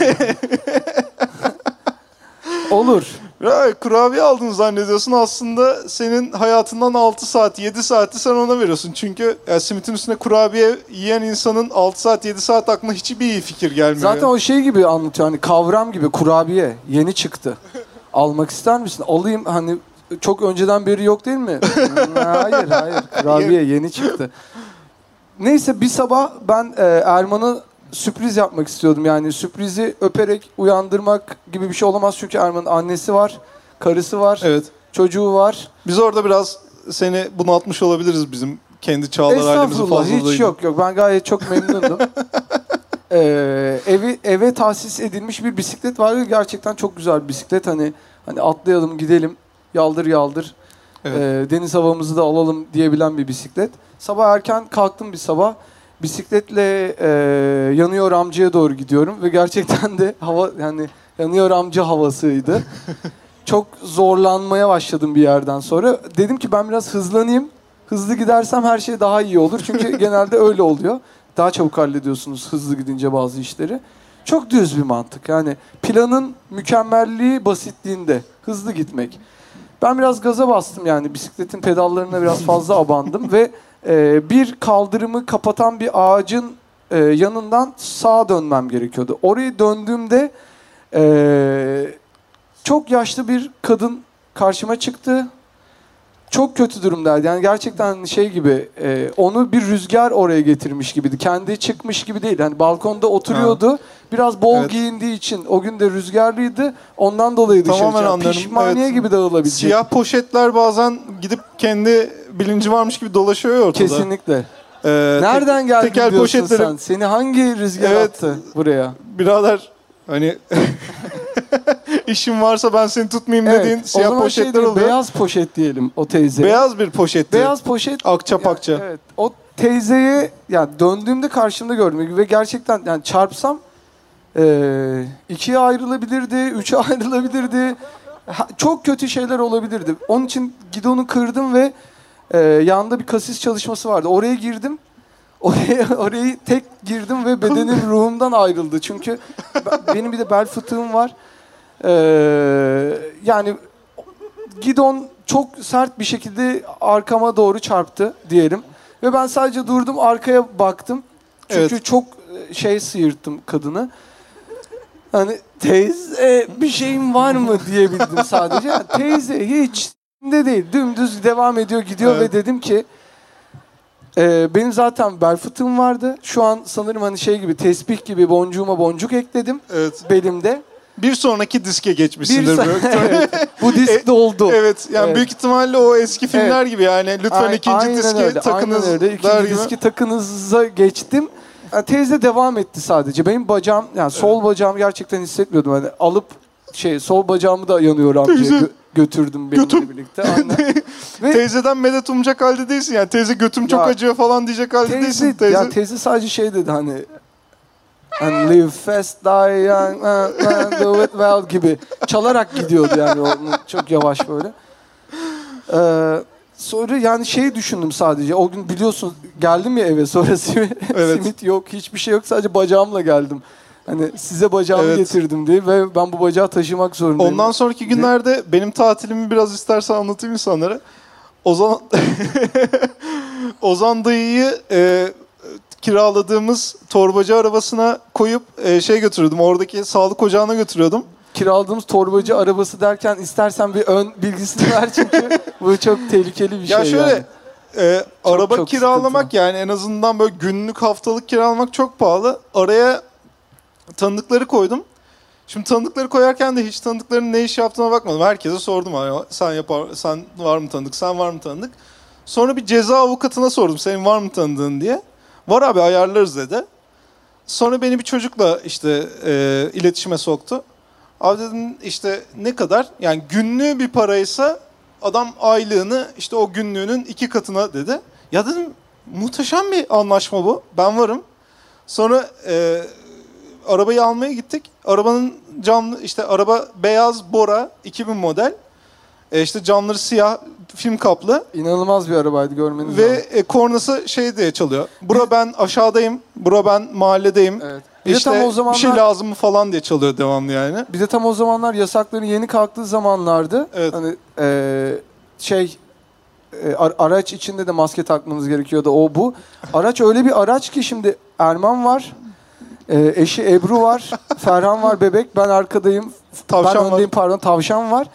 Olur. Ya, kurabiye aldın zannediyorsun, aslında senin hayatından altı saat yedi saati sen ona veriyorsun. Çünkü ya, simitin üstüne kurabiye yiyen insanın altı saat yedi saat aklına hiçbir iyi fikir gelmiyor. Zaten o şey gibi anlatıyor, hani kavram gibi, kurabiye yeni çıktı. Almak ister misin? Alayım, hani çok önceden beri yok değil mi? hayır hayır, kurabiye yeni çıktı. Neyse bir sabah ben e, Erman'a sürpriz yapmak istiyordum. Yani sürprizi öperek uyandırmak gibi bir şey olamaz. Çünkü Erman'ın annesi var, karısı var, Evet. çocuğu var. Biz orada biraz seni bunaltmış olabiliriz, bizim kendi çağlar halimizi Estağfurullah, fazla hiç duydu. yok yok. Ben gayet çok memnundum. ee, evi eve tahsis edilmiş bir bisiklet vardı. Gerçekten çok güzel bir bisiklet. Hani hani atlayalım gidelim, yaldır yaldır. Evet. Ee, deniz havamızı da alalım diyebilen bir bisiklet. Sabah erken kalktım bir sabah. Bisikletle e, Yanıyor Amca'ya doğru gidiyorum ve gerçekten de hava, yani Yanıyor Amca havasıydı. Çok zorlanmaya başladım bir yerden sonra. Dedim ki ben biraz hızlanayım. Hızlı gidersem her şey daha iyi olur. Çünkü genelde öyle oluyor. Daha çabuk hallediyorsunuz hızlı gidince bazı işleri. Çok düz bir mantık. Yani planın mükemmelliği basitliğinde. Hızlı gitmek. Ben biraz gaza bastım yani. Bisikletin pedallarına biraz fazla abandım ve e, bir kaldırımı kapatan bir ağacın e, yanından sağa dönmem gerekiyordu. Oraya döndüğümde e, çok yaşlı bir kadın karşıma çıktı. Çok kötü durumdaydı. Yani gerçekten şey gibi, e, onu bir rüzgar oraya getirmiş gibiydi. Kendi çıkmış gibi değil. Hani balkonda oturuyordu. Ha. Biraz bol Evet. giyindiği için o gün de rüzgarlıydı. Ondan dolayı dışarı Tamamen çıktı. anlıyorum. Pişmaniye Evet. gibi dağılabilecek. Siyah poşetler bazen gidip kendi bilinci varmış gibi dolaşıyor ya ortada. Kesinlikle. Ee, Nereden tek- geldin tekel diyorsun poşetleri- sen? Seni hangi rüzgar Evet. attı buraya? Birader hani işin varsa ben seni tutmayayım Evet, dediğin o siyah zaman şey poşetler diyeyim, oluyor. beyaz poşet diyelim o teyze. Beyaz bir poşetti. Beyaz poşet. Akça pakça. Ya, evet. O teyzeyi yani döndüğümde karşımda gördüm ve gerçekten yani çarpsam e, ikiye ayrılabilirdi, üçe ayrılabilirdi. Ha, çok kötü şeyler olabilirdi. Onun için gidonu kırdım ve e, yanında bir kasis çalışması vardı. Oraya girdim. Oraya orayı tek girdim ve bedenim ruhumdan ayrıldı. Çünkü ben- benim bir de bel fıtığım var. Ee, yani gidon çok sert bir şekilde arkama doğru çarptı diyelim. Ve ben sadece durdum, arkaya baktım. Çünkü Evet. çok e, şey sıyırttım kadını. Hani teyze bir şeyin var mı diyebildim sadece. Yani teyze hiç de değil. Dümdüz devam ediyor gidiyor Evet. ve dedim ki e, benim zaten bel fıtığım vardı. Şu an sanırım hani şey gibi tespih gibi boncuğuma boncuk ekledim Evet. belimde. Bir sonraki diske geçmişsindir. Bir böyle. evet, bu disk doldu. Evet yani Evet. büyük ihtimalle o eski filmler Evet. gibi yani lütfen Ay- ikinci aynen diske öyle, takınız aynen öyle. der İkinci gibi. diski takınıza geçtim. Yani teyze devam etti sadece. Benim bacağım yani sol bacağımı gerçekten hissetmiyordum. Hani alıp şey sol bacağımı da yanıyor amcaya gö- götürdüm benimle Götüm. birlikte. Aynen. Ve Teyzeden medet umacak halde değilsin yani. Teyze götüm çok Ya, acıyor falan diyecek halde teyze, değilsin. Teyze. ya teyze sadece şey dedi hani and live fast, die young, uh, uh, do it well gibi çalarak gidiyordu yani onu çok yavaş böyle. Ee, sonra yani şey düşündüm sadece. O gün biliyorsun geldim ya eve sonra simit, Evet. simit yok, hiçbir şey yok. Sadece bacağımla geldim. Hani size bacağımı Evet. getirdim diye ve ben bu bacağı taşımak zorundayım. Ondan sonraki günlerde benim tatilimi biraz istersen anlatayım insanlara. Ozan Ozan dayıyı e, kiraladığımız torbacı arabasına koyup e, şey götürüyordum. Oradaki sağlık ocağına götürüyordum. Kiraladığımız torbacı arabası derken istersen bir ön bilgisini ver çünkü bu çok tehlikeli bir Ya şey şöyle yani. e, Çok, araba çok kiralamak sıkıntı. yani en azından böyle günlük haftalık kiralamak çok pahalı. Araya tanıdıkları koydum. Şimdi tanıdıkları koyarken de hiç tanıdıkların ne iş yaptığına bakmadım. Herkese sordum. Hani, sen yapar, sen var mı tanıdık, sen var mı tanıdık? Sonra bir ceza avukatına sordum. Senin var mı tanıdığın diye. Var abi ayarlarız dedi. Sonra beni bir çocukla işte e, iletişime soktu. Abi dedim işte ne kadar? Yani günlüğü bir paraysa adam aylığını işte o günlüğünün iki katına dedi. Ya dedim muhteşem bir anlaşma bu. Ben varım. Sonra e, arabayı almaya gittik. Arabanın camlı işte araba beyaz Bora iki bin model. E, işte camları siyah film kaplı. İnanılmaz bir arabaydı görmeniz Ve lazım. e, kornası şey diye çalıyor. Bura ben aşağıdayım. Bura ben mahalledeyim. Evet. Bir de İşte tam o bir zamanlar şey lazım mı falan diye çalıyor devamlı yani. bir de tam o zamanlar yasakların yeni kalktığı zamanlardı. Evet. Hani e, şey e, ar- araç içinde de maske takmanız gerekiyordu o bu. Araç öyle bir araç ki şimdi Erman var. e, eşi Ebru var. Ferhan var bebek. Ben arkadayım. Tavşan ben var. öndeyim pardon. Tavşan var.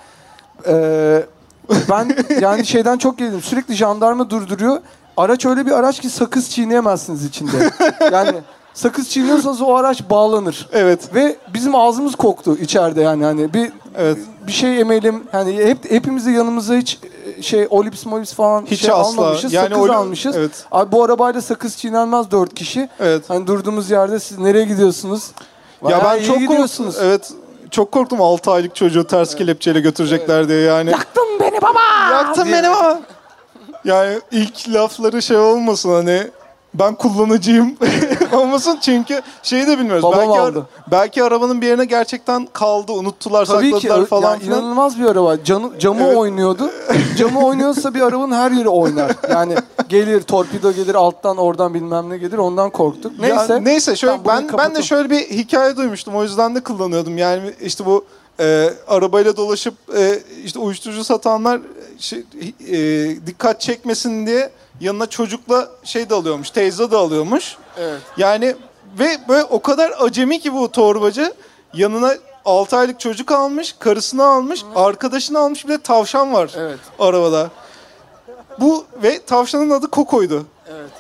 E, ben yani şeyden çok gerildim. Sürekli jandarma durduruyor. Araç öyle bir araç ki sakız çiğneyemezsiniz içinde. Yani sakız çiğniyorsanız o araç bağlanır. Evet. Ve bizim ağzımız koktu içeride yani hani bir Evet. bir şey emelim hani hep hepimiz de yanımıza hiç e, şey olips molips falan Hiç şey asla. almamışız. Yani sakız oli- almışız. evet. Abi bu arabayla sakız çiğnenmez dört kişi. Evet. Hani durduğumuz yerde siz nereye gidiyorsunuz? Ya Bayağı ben iyi çok gidiyorsunuz. korktum. Evet. Çok korktum altı aylık çocuğu ters kelepçeyle götürecekler diye yani. Yaktın beni baba. Yaktın diye. beni ama. Yani ilk lafları şey olmasın hani ben kullanıcıyım olmasın çünkü şeyi de bilmiyoruz. Babam belki, aldı. belki arabanın bir yerine gerçekten kaldı, unuttular, Tabii ki sakladılar falan yani filan. inanılmaz bir araba. Canı, camı Evet. oynuyordu. Camı oynuyorsa bir arabanın her yeri oynar. Yani gelir torpido gelir alttan oradan bilmem ne gelir ondan korktuk. Neyse. Ya, neyse şöyle Tamam, bunu ben ben de kapatalım. şöyle bir hikaye duymuştum. O yüzden de kullanıyordum. Yani işte bu e, arabayla dolaşıp e, işte uyuşturucu satanlar şey, e, dikkat çekmesin diye yanına çocukla şey de alıyormuş. Teyze de alıyormuş. Evet. Yani ve böyle o kadar acemi ki bu torbacı yanına altı aylık çocuk almış, karısını almış, arkadaşını almış, bir de tavşan var Evet. arabada. Bu ve tavşanın adı Koko'ydu. Evet.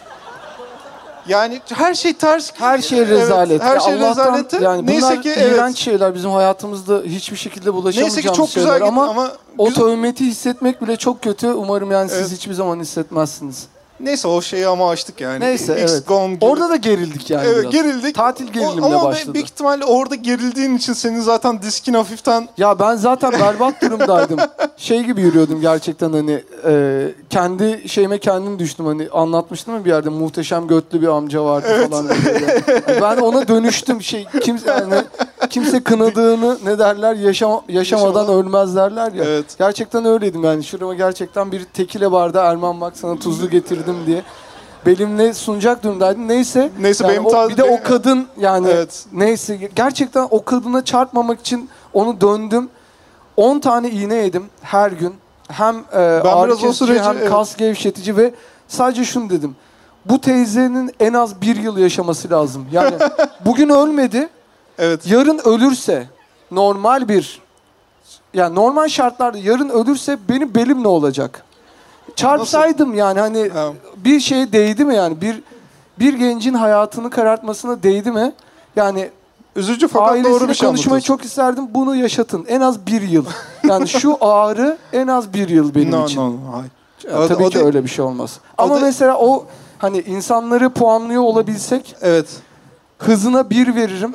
Yani her şey ters. Her şey rezalet. Evet, her Ya şey Allah'tan rezalet. Yani Neyse bunlar ki iğrenç evet. şeyler bizim hayatımızda hiçbir şekilde bulaşamayacağımız Neyse ki çok güzel şeyler gitti ama, ama o güzel- töhmeti hissetmek bile çok kötü. Umarım yani Evet. siz hiçbir zaman hissetmezsiniz. Neyse o şeyi ama açtık yani. Neyse X evet. gone gibi. Orada da gerildik yani Evet biraz. gerildik. Tatil gerilimle O- ama başladı. Ama büyük ihtimalle orada gerildiğin için senin zaten diskin hafiften... Ya ben zaten berbat durumdaydım. Şey gibi yürüyordum gerçekten hani e, kendi şeyime kendim düştüm hani anlatmıştım ya bir yerde muhteşem götlü bir amca vardı Evet. falan diye. Yani ben ona dönüştüm şey kimse yani kimse kınadığını ne derler yaşam yaşamadan Yaşamadan- ölmez derler ya. Evet. Gerçekten öyleydim yani şurama gerçekten bir tekile bardağı Erman bak sana tuzlu getirdim diye. Belimle sunacak durumdaydım. Neyse. Neyse, yani benim o, tarzım- bir de o kadın yani Evet. neyse gerçekten o kadına çarpmamak için onu döndüm. on tane iğne yedim her gün. Hem e, ağrı biraz o kesici süreci- hem evet. kas gevşetici ve sadece şunu dedim. Bu teyzenin en az bir yıl yaşaması lazım. Yani bugün ölmedi. Evet. Yarın ölürse normal bir yani normal şartlarda yarın ölürse benim belim ne olacak? Çarpsaydım yani hani Ha. bir şeye değdi mi yani bir bir gencin hayatını karartmasına değdi mi? Yani Üzücü fakat doğru ailesiyle bir şey konuşmayı anlatıyorsun. çok isterdim. Bunu yaşatın. En az bir yıl. Yani şu ağrı en az bir yıl benim No, için. no, no, hayır. Ya, O- tabii o ki de- öyle bir şey olmaz. o Ama de- mesela o hani insanları puanlıyor olabilsek Evet. hızına bir veririm.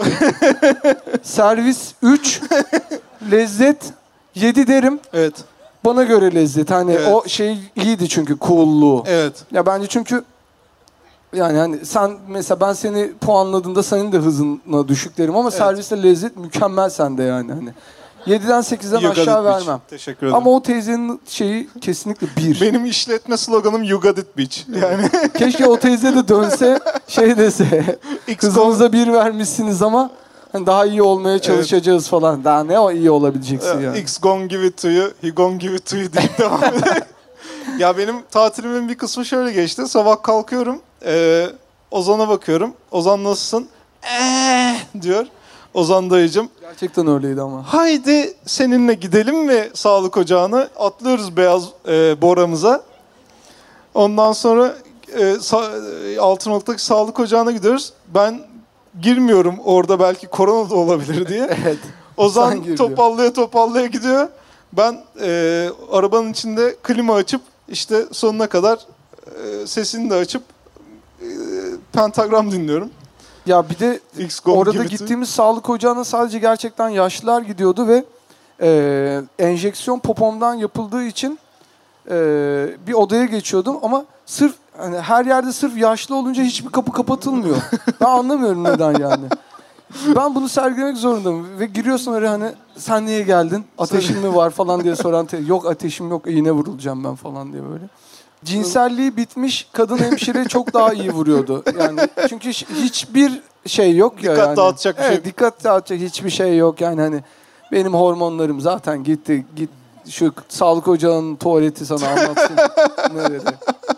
Servis üç. Lezzet yedi derim. Evet. Bana göre lezzet. Hani Evet. o şey iyiydi çünkü cool'luğu. Evet. Ya bence çünkü yani hani sen mesela ben seni puanladığımda senin de hızına düşük derim ama Evet. serviste lezzet mükemmel sende yani hani. yediden sekizden You got aşağı it, bitch. vermem. Teşekkür ederim. Ama o teyzenin şeyi kesinlikle bir. Benim işletme sloganım You got it bitch. Yani Keşke o teyze de dönse şey dese. X Kızımıza bir vermişsiniz ama hani daha iyi olmaya çalışacağız falan. Daha ne o iyi olabileceksin yani. X gonna give it to you, he gonna give it to you diye devam ediyor. Ya benim tatilimin bir kısmı şöyle geçti. Sabah kalkıyorum, e, Ozan'a bakıyorum. Ozan nasılsın? Eee diyor. Ozan dayıcım. Gerçekten öyleydi ama. Haydi seninle gidelim mi sağlık ocağına? Atlıyoruz beyaz e, boramıza. Ondan sonra e, sa- e, Altınoluk'taki sağlık ocağına gidiyoruz. Ben girmiyorum orada belki korona da olabilir diye. Evet. Ozan Sen gir diyor. topallaya topallaya gidiyor. Ben e, arabanın içinde klima açıp işte sonuna kadar e, sesini de açıp e, pentagram dinliyorum. Ya bir de X gonna orada give it to- gittiğimiz sağlık ocağına sadece gerçekten yaşlılar gidiyordu ve e, enjeksiyon popomdan yapıldığı için e, bir odaya geçiyordum ama sırf hani her yerde sırf yaşlı olunca hiçbir kapı kapatılmıyor. Ben anlamıyorum neden yani. Ben bunu sergilemek zorundayım ve giriyorsun oraya hani sen niye geldin? Ateşin mi var falan diye soran te- yok ateşim yok iğne vurulacağım ben falan diye böyle. Cinselliği bitmiş kadın hemşire çok daha iyi vuruyordu. Yani çünkü hiç- hiçbir şey yok ya Dikkat yani. dağıtacak bir şey Evet, yok. dikkat dağıtacak hiçbir şey yok yani hani benim hormonlarım zaten gitti. Git şu sağlık ocağının tuvaleti sana anlatsın. Nerede?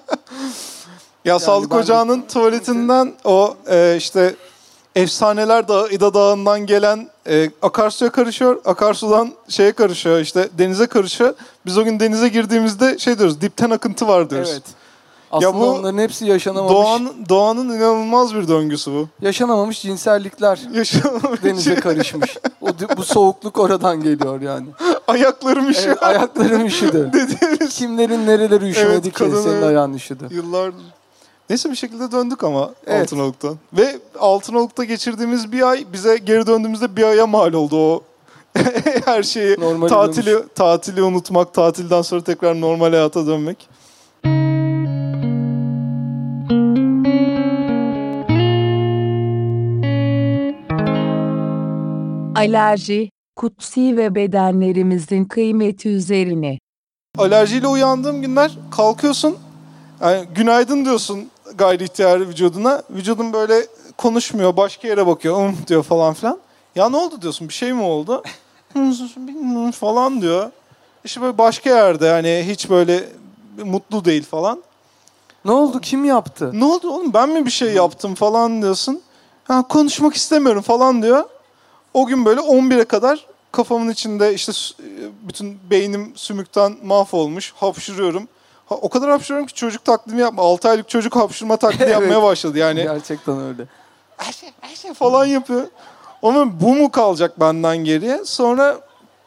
Ya sağlık ben- ocağının tuvaletinden o e, işte efsaneler dağı, İda Dağı'ndan gelen e, akarsuya karışıyor. Akarsudan şeye karışıyor işte denize karışıyor. Biz o gün denize girdiğimizde şey diyoruz dipten akıntı var diyoruz. Evet. Aslında bu onların hepsi yaşanamamış. Doğanın, doğanın inanılmaz bir döngüsü bu. Yaşanamamış cinsellikler Yaşanmamış. denize karışmış. O, bu soğukluk oradan geliyor yani. Ayaklarım üşüyor. Evet, ayaklarım üşüdü. Dediğimiz Kimlerin nereleri üşümedi Evet, ki kadın- senin ayağın üşüdü. yıllar. Neyse bir şekilde döndük ama Evet. Altınoluk'tan. Ve Altınoluk'ta geçirdiğimiz bir ay bize geri döndüğümüzde bir aya mal oldu o her şeyi. Normale tatili tatili unutmak, tatilden sonra tekrar normal hayata dönmek. Alerji, kutsi ve bedenlerimizin kıymeti üzerine. Alerjiyle uyandığım günler kalkıyorsun. Yani günaydın diyorsun gayri ihtiyari vücuduna. Vücudun böyle konuşmuyor, başka yere bakıyor, ım diyor falan filan. Ya ne oldu diyorsun, bir şey mi oldu? Bilmiyorum falan diyor. İşte böyle başka yerde yani hiç böyle mutlu değil falan. Ne oldu? Kim yaptı? Ne oldu oğlum ben mi bir şey yaptım falan diyorsun. Ha, konuşmak istemiyorum falan diyor. O gün böyle on bire kadar kafamın içinde işte bütün beynim sümükten mahvolmuş. Hapşırıyorum. Ha, o kadar hapşırıyorum ki çocuk taklidi yapma. altı aylık çocuk hapşırma taklidi Evet. yapmaya başladı yani. Gerçekten öyle. Her şey, her şey falan yapıyor. Ama bu mu kalacak benden geriye? Sonra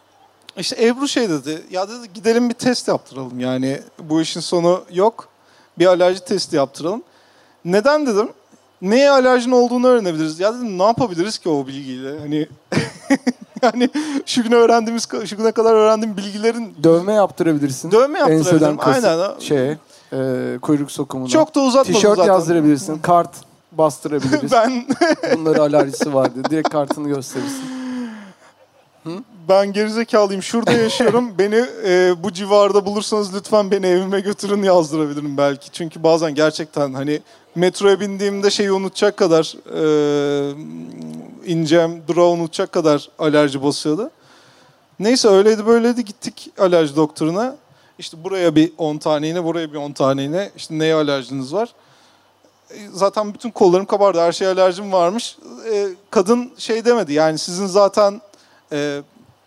işte Ebru şey dedi. Ya dedi gidelim bir test yaptıralım yani bu işin sonu yok. bir alerji testi yaptıralım. Neden dedim? Neye alerjin olduğunu öğrenebiliriz. Ya dedim ne yapabiliriz ki o bilgiyle? Hani yani şu güne öğrendiğimiz, şu güne kadar öğrendiğim bilgilerin... Dövme yaptırabilirsin. Dövme yaptırabilirim. Aynen. Şeye, e, kuyruk sokumuna. Çok da uzatmadım Tişört zaten. yazdırabilirsin. Kart bastırabiliriz. ben Bunları alerjisi var diye. Direkt kartını gösterirsin. Hı? Ben gerizekalıyım. Şurada yaşıyorum. Beni e, bu civarda bulursanız lütfen beni evime götürün yazdırabilirim belki. Çünkü bazen gerçekten hani metroya bindiğimde şeyi unutacak kadar e, ineceğim, durağı unutacak kadar alerji basıyordu. Neyse öyleydi böyleydi gittik alerji doktoruna. İşte buraya bir on tane iğne, buraya bir on tane iğne. İşte neye alerjiniz var? E, zaten bütün kollarım kabardı. Her şeye alerjim varmış. E, kadın şey demedi yani sizin zaten... E,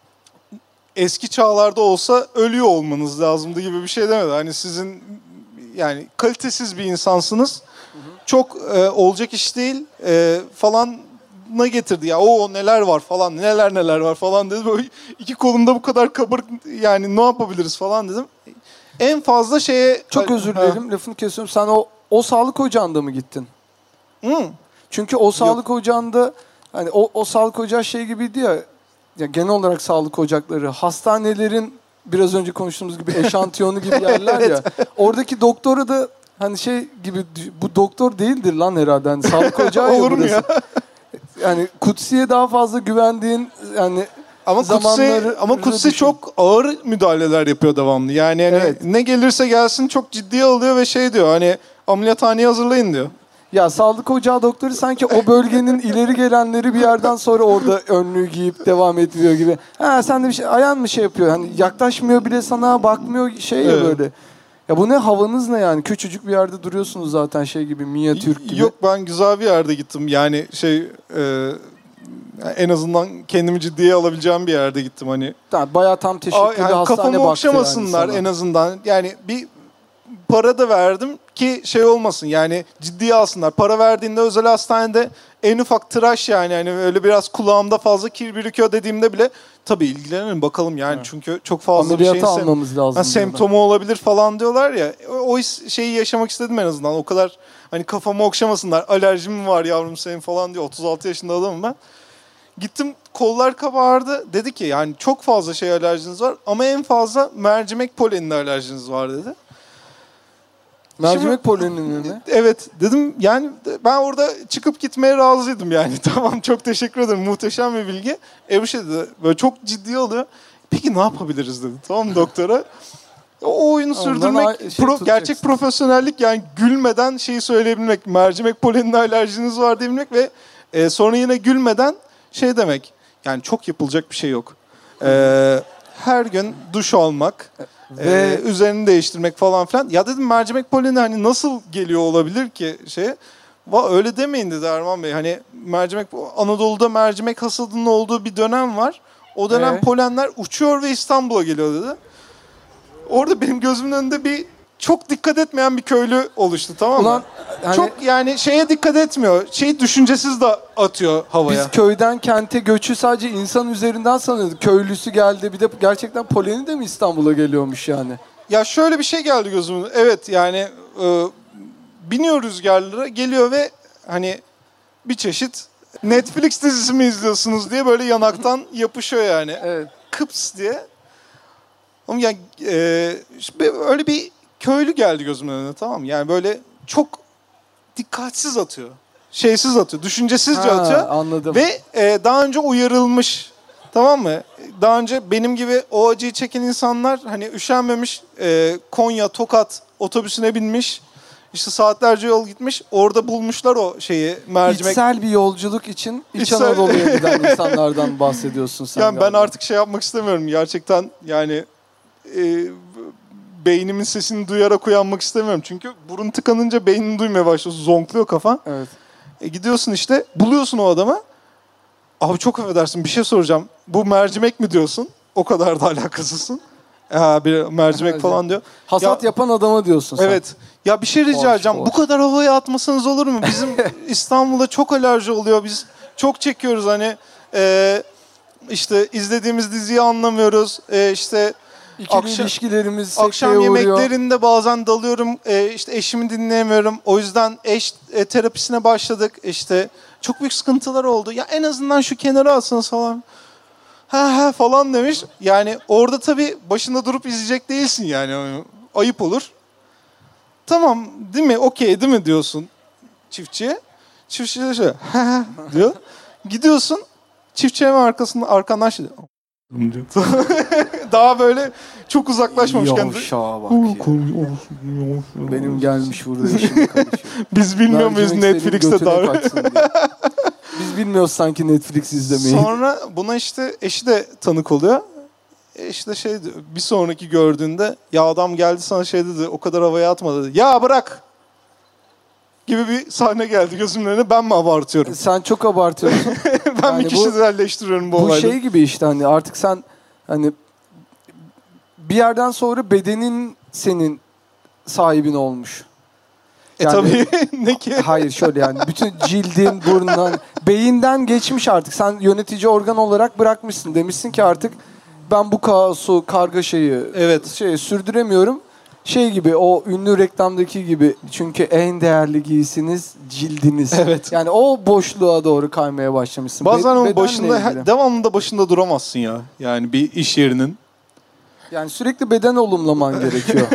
eski çağlarda olsa ölüyor olmanız lazımdı gibi bir şey demedi. Hani sizin yani kalitesiz bir insansınız. Hı hı. Çok e, olacak iş değil e, falan ne getirdi ya. O neler var falan neler neler var falan dedi. Böyle iki kolumda bu kadar kabarık yani ne yapabiliriz falan dedim. En fazla şeye... Çok özür dilerim lafını kesiyorum. Sen o o sağlık ocağında mı gittin? Hı. Çünkü o sağlık Yok. ocağında hani o o sağlık ocağı şey gibiydi ya. Ya genel olarak sağlık ocakları, hastanelerin biraz önce konuştuğumuz gibi eşantiyonu gibi yerler evet. ya. Oradaki doktora da hani şey gibi bu doktor değildir lan herhalde. Hani sağlık ocağı ya burası. Ya? Yani Kutsi'ye daha fazla güvendiğin yani ama Kutsi ama Kutsi çok ağır müdahaleler yapıyor devamlı. Yani, yani evet. ne gelirse gelsin çok ciddiye alıyor ve şey diyor hani ameliyathaneye hazırlayın diyor. Ya sağlık ocağı doktoru sanki o bölgenin ileri gelenleri bir yerden sonra orada önlüğü giyip devam ediyor gibi. Ha sen de bir şey ayağın mı şey yapıyor? Hani yaklaşmıyor bile sana bakmıyor şey ya evet. böyle. Ya bu ne havanız ne yani? Küçücük bir yerde duruyorsunuz zaten şey gibi minyatür gibi. Yok ben güzel bir yerde gittim. Yani şey e, en azından kendimi ciddiye alabileceğim bir yerde gittim hani. Tamam, bayağı tam teşekkürlü yani hastane baktı kafamı okşamasınlar yani en azından. Yani bir para da verdim ki şey olmasın yani ciddiye alsınlar. Para verdiğinde özel hastanede en ufak tıraş yani hani öyle biraz kulağımda fazla kir birikiyor dediğimde bile tabii ilgilenelim bakalım yani evet. çünkü çok fazla bir şeyin almamız lazım ha, semptomu olabilir falan diyorlar ya. O, o şeyi yaşamak istedim en azından. O kadar hani kafamı okşamasınlar. Alerjim var yavrum senin falan diyor. otuz altı yaşında adamım ben. Gittim kollar kabardı. Dedi ki yani çok fazla şey alerjiniz var ama en fazla mercimek polenine alerjiniz var dedi. Mercimek poleninin mi? Evet dedim yani ben orada çıkıp gitmeye razıydım yani. Tamam çok teşekkür ederim muhteşem bir bilgi. Ebru şey dedi böyle çok ciddi oluyor. Peki ne yapabiliriz dedi tamam mı doktora? O oyunu sürdürmek şey pro, gerçek profesyonellik yani gülmeden şeyi söyleyebilmek. Mercimek polenine alerjiniz var diyebilmek ve e, sonra yine gülmeden şey demek. Yani çok yapılacak bir şey yok. E, her gün duş almak. Ve ee, üzerini değiştirmek falan filan. Ya dedim mercimek poleni hani nasıl geliyor olabilir ki şey? Va öyle demeyin dedi Erman Bey. Hani mercimek Anadolu'da mercimek hasadının olduğu bir dönem var. O dönem ee? polenler uçuyor ve İstanbul'a geliyor dedi. Orada benim gözümün önünde bir çok dikkat etmeyen bir köylü oluştu tamam mı? Ulan, hani, çok yani şeye dikkat etmiyor. Şeyi düşüncesiz de atıyor havaya. Biz köyden kente göçü sadece insan üzerinden sanıyorduk. Köylüsü geldi bir de gerçekten poleni de mi İstanbul'a geliyormuş yani? Ya şöyle bir şey geldi gözümün. Evet yani e, biniyor rüzgarlara geliyor ve hani bir çeşit Netflix dizisi mi izliyorsunuz diye böyle yanaktan yapışıyor yani. Evet. Kıps diye. Ama ya e, öyle bir köylü geldi gözümün önüne tamam mı? Yani böyle çok dikkatsiz atıyor. Şeysiz atıyor. Düşüncesizce ha, atıyor. Anladım. Ve e, daha önce uyarılmış. Tamam mı? Daha önce benim gibi o acıyı çeken insanlar hani üşenmemiş e, Konya, Tokat otobüsüne binmiş. İşte saatlerce yol gitmiş. Orada bulmuşlar o şeyi mercimek. İçsel bir yolculuk için İç İçsel... Anadolu'ya giden insanlardan bahsediyorsun sen. Yani ben artık şey yapmak istemiyorum. Gerçekten yani e, beynimin sesini duyarak uyanmak istemiyorum. Çünkü burun tıkanınca beynini duymaya başlıyorsun. Zonkluyor kafan. Evet. E, gidiyorsun işte buluyorsun o adamı. Abi çok affedersin bir şey soracağım. Bu mercimek mi diyorsun? O kadar da alakasızsın. Ha, bir mercimek falan diyor. Hasat ya, yapan adama diyorsun sen. Evet. Ya bir şey rica edeceğim. Bu kadar havaya atmasanız olur mu? Bizim İstanbul'da çok alerji oluyor. Biz çok çekiyoruz hani. E, işte izlediğimiz diziyi anlamıyoruz. E, işte İkili Akşam- ilişkilerimiz Akşam sekteye uğruyor. yemeklerinde bazen dalıyorum. E, işte eşimi dinleyemiyorum. O yüzden eş e, terapisine başladık. İşte çok büyük sıkıntılar oldu. Ya en azından şu kenara alsanız falan. Ha ha falan demiş. Yani orada tabii başında durup izleyecek değilsin yani. Ayıp olur. Tamam değil mi? Okey değil mi diyorsun çiftçiye. Çiftçi de şöyle ha ha diyor. Gidiyorsun. Çiftçi hemen arkasında arkandan şey diyor. Daha böyle çok uzaklaşmamışken. Yavşağa bak ya. Benim gelmiş burada işim karışıyor. Biz bilmiyor muyuz Mercimek Netflix'te senin götüne daha. kaçsın diye. Biz bilmiyoruz sanki Netflix izlemeyi. Sonra buna işte eşi de tanık oluyor. Eşi de şey diyor, bir sonraki gördüğünde ya adam geldi sana şey dedi, o kadar havaya atma dedi. Ya bırak! Gibi bir sahne geldi gözümün önüne. Ben mi abartıyorum? Sen çok abartıyorsun. Ben Yani mi bu- kişiselleştiriyorum bu, Bu olayları? şey gibi işte hani artık sen hani bir yerden sonra bedenin senin sahibin olmuş. E Yani- tabii ne ki? Hayır şöyle yani bütün cildin, burnundan, beyinden geçmiş artık. Sen yönetici organ olarak bırakmışsın. Demişsin ki artık ben bu kaosu, kargaşayı Evet. şey sürdüremiyorum. Şey gibi o ünlü reklamdaki gibi çünkü en değerli giysiniz cildiniz. Evet. Yani o boşluğa doğru kaymaya başlamışsın. Bazen Be- ama bedenle başında, ilgili. devamlı da başında duramazsın ya. Yani bir iş yerinin. Yani sürekli beden olumlaman gerekiyor.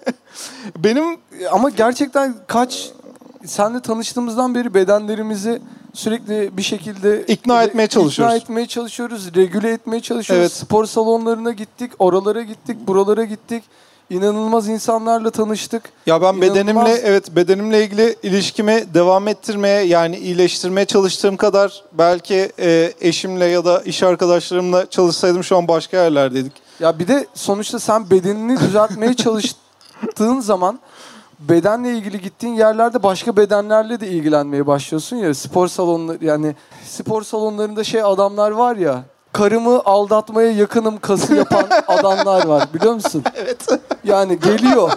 Benim Ama gerçekten kaç senle tanıştığımızdan beri bedenlerimizi sürekli bir şekilde İkna etmeye çalışıyoruz. İkna etmeye çalışıyoruz, regüle etmeye çalışıyoruz. Evet. Spor salonlarına gittik, oralara gittik, buralara gittik. İnanılmaz insanlarla tanıştık. Ya ben İnanılmaz. bedenimle evet bedenimle ilgili ilişkimi devam ettirmeye yani iyileştirmeye çalıştığım kadar belki e, eşimle ya da iş arkadaşlarımla çalışsaydım şu an başka yerlerdeydik. Ya bir de sonuçta sen bedenini düzeltmeye çalıştığın zaman bedenle ilgili gittiğin yerlerde başka bedenlerle de ilgilenmeye başlıyorsun ya. Spor salonları yani spor salonlarında şey adamlar var ya. Karımı aldatmaya yakınım kası yapan adamlar var biliyor musun? Evet. Yani geliyor.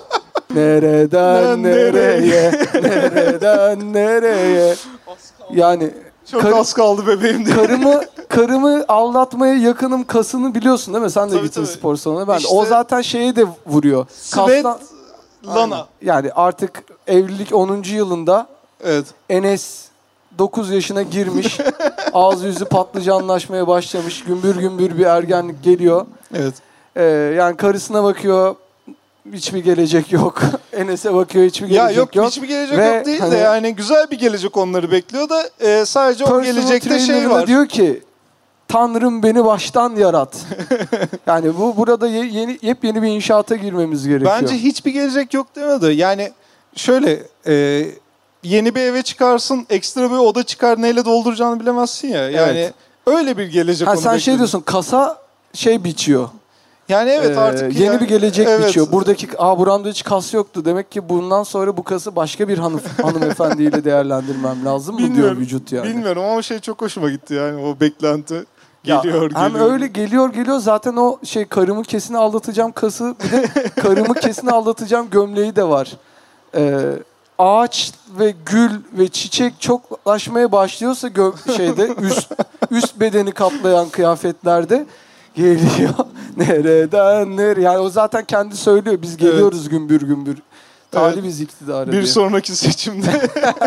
Nereden nereye, nereden nereye. Yani Çok Kar- az kaldı bebeğim diye. karımı karımı aldatmaya yakınım kasını biliyorsun değil mi? Sen de Tabii, gittin tabii. spor salonuna. Ben de. İşte- O zaten şeye de vuruyor. Svet Kastan- Lana. Yani artık evlilik onuncu yılında Evet. Enes dokuz yaşına girmiş. Ağzı yüzü patlıcanlaşmaya başlamış. Gümbür gümbür bir ergenlik geliyor. Evet. Ee, yani karısına bakıyor. Hiçbir gelecek yok. Enes'e bakıyor hiçbir Ya gelecek yok, yok. hiçbir gelecek Ve yok değil hani- de yani güzel bir gelecek onları bekliyor da e, sadece o Personal gelecekte şey trainer'ına var. diyor ki Tanrım beni baştan yarat. Yani bu burada ye- yeni yepyeni bir inşaata girmemiz gerekiyor. Bence hiçbir gelecek yok demedi. Yani şöyle e, yeni bir eve çıkarsın, ekstra bir oda çıkar, neyle dolduracağını bilemezsin ya. Yani Evet. öyle bir gelecek ha, onu sen şey bekliyorum. diyorsun kasa şey biçiyor. Yani evet Ee, artık yeni ya- bir gelecek evet. biçiyor. Buradaki aa buramda hiç kas yoktu. Demek ki bundan sonra bu kası başka bir hanım hanımefendiyle değerlendirmem lazım mı diyor Bilmiyorum, vücut yani. Bilmiyorum ama şey çok hoşuma gitti yani o beklenti. Ya, Geliyor hem geliyor. öyle geliyor geliyor zaten o şey karımı kesin aldatacağım kası bir de karımı kesin aldatacağım gömleği de var. Ee, ağaç ve gül ve çiçek çoklaşmaya başlıyorsa gö- şeyde üst üst bedeni kaplayan kıyafetlerde geliyor. Nereden nereye? Yani o zaten kendi söylüyor. Biz geliyoruz gümbür gümbür. Talibiz iktidara Bir diye. sonraki seçimde.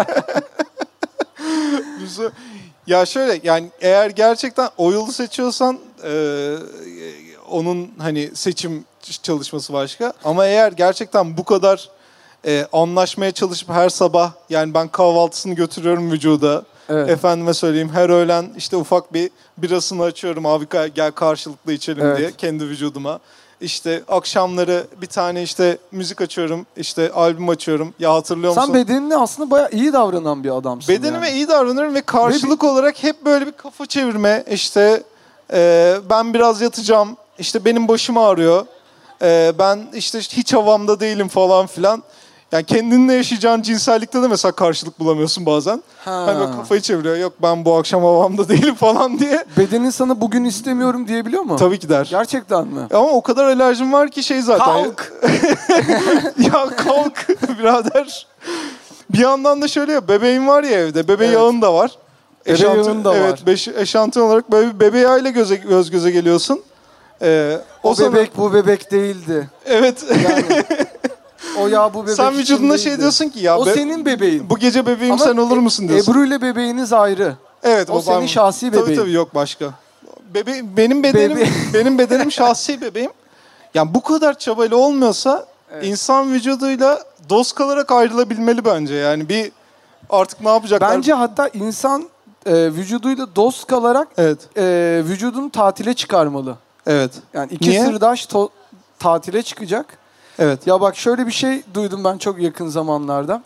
Bir so- ya şöyle yani eğer gerçekten o yolu seçiyorsan e, onun hani seçim çalışması başka. Ama eğer gerçekten bu kadar e, anlaşmaya çalışıp her sabah yani ben kahvaltısını götürüyorum vücuda. Evet. Efendime söyleyeyim her öğlen işte ufak bir birasını açıyorum abi ka- gel karşılıklı içelim Evet. diye kendi vücuduma. İşte akşamları bir tane işte müzik açıyorum, işte albüm açıyorum. Ya hatırlıyor musun? Sen bedenine aslında bayağı iyi davranan bir adamsın. Bedenime yani. iyi davranırım ve karşılık olarak hep böyle bir kafa çevirme. İşte e, ben biraz yatacağım, işte benim başım ağrıyor. E, ben işte hiç havamda değilim falan filan. Yani kendinle yaşayacağın cinsellikte de mesela karşılık bulamıyorsun bazen. Ha. Hani böyle kafayı çeviriyor. Yok ben bu akşam havamda değilim falan diye. Bedenin sana bugün istemiyorum diyebiliyor mu? Tabii ki der. Gerçekten mi? Ama o kadar alerjim var ki şey zaten. Kalk! Ya kalk birader. Bir yandan da şöyle ya bebeğim var ya evde. Bebe Evet. yağın da var. Bebe Eşanti- yağın da var. Evet beş, eşantiyon olarak böyle bir bebe yağıyla göze, göz göze geliyorsun. Ee, o O, sana- bebek bu bebek değildi. Evet. Yani o ya bu bebek Sen için vücudunda şey değildi. diyorsun ki ya O be- senin bebeğin. bu gece bebeğim Ama sen olur musun diyorsun. Ebru ile bebeğiniz ayrı. Evet, o senin ben- şahsi Tabii bebeğin. tabii yok başka. Bebe benim bedenim Bebe- benim bedenim şahsi bebeğim. Yani bu kadar çabayla olmuyorsa Evet. insan vücuduyla dost kalarak ayrılabilmeli bence. Yani bir artık ne yapacaklar? Bence hatta insan e, vücuduyla dost kalarak Evet. e, vücudunu tatile çıkarmalı. Evet. Yani iki Niye? sırdaş to- tatile çıkacak. Evet. Ya bak şöyle bir şey duydum ben çok yakın zamanlarda.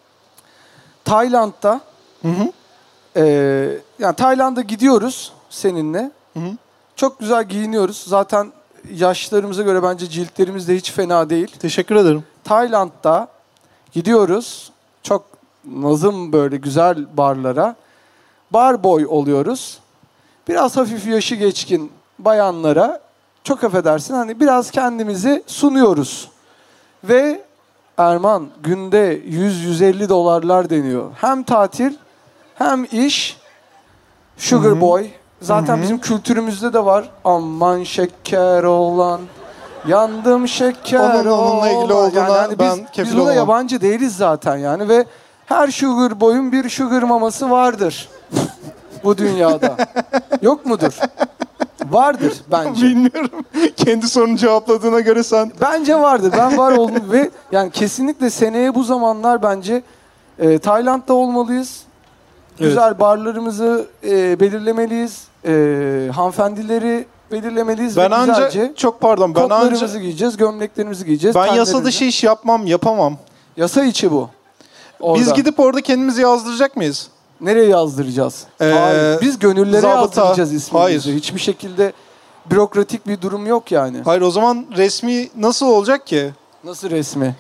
Tayland'da Hı hı. e, yani Tayland'a gidiyoruz seninle. Hı hı. Çok güzel giyiniyoruz. Zaten yaşlarımıza göre bence ciltlerimiz de hiç fena değil. Teşekkür ederim. Tayland'da gidiyoruz. Çok nazım böyle güzel barlara. Bar boy oluyoruz. Biraz hafif yaşı geçkin bayanlara çok affedersin hani biraz kendimizi sunuyoruz. Ve Erman günde yüz yüz elli dolarlar deniyor. Hem tatil hem iş. Sugar Hı hı. boy. Zaten Hı hı. bizim kültürümüzde de var. Aman şeker olan. Yandım şeker Onun onunla ilgili olan. olduğuna Yani hani ben biz, kefil biz buna olamam. yabancı değiliz zaten yani ve her sugar boyun bir sugar maması vardır bu dünyada. Yok mudur? Vardır bence. Bilmiyorum. Kendi sorunu cevapladığına göre sen Bence vardır. Ben var oldum ve yani kesinlikle seneye bu zamanlar bence e, Tayland'da olmalıyız. Evet. Güzel barlarımızı e, belirlemeliyiz. E, hanımefendileri belirlemeliyiz. ben ve anca güzelce çok pardon ben kotlarımızı anca giyeceğiz, gömleklerimizi giyeceğiz. ben yasa tenlerimizi. dışı iş yapmam, yapamam. Yasa içi bu. Orada. Biz gidip orada kendimizi yazdıracak mıyız? Nereye yazdıracağız? Ee, Hayır. Biz gönüllere zabıta. yazdıracağız ismimizi. Hayır. Hiçbir şekilde bürokratik bir durum yok yani. Hayır, o zaman resmi nasıl olacak ki? Nasıl resmi?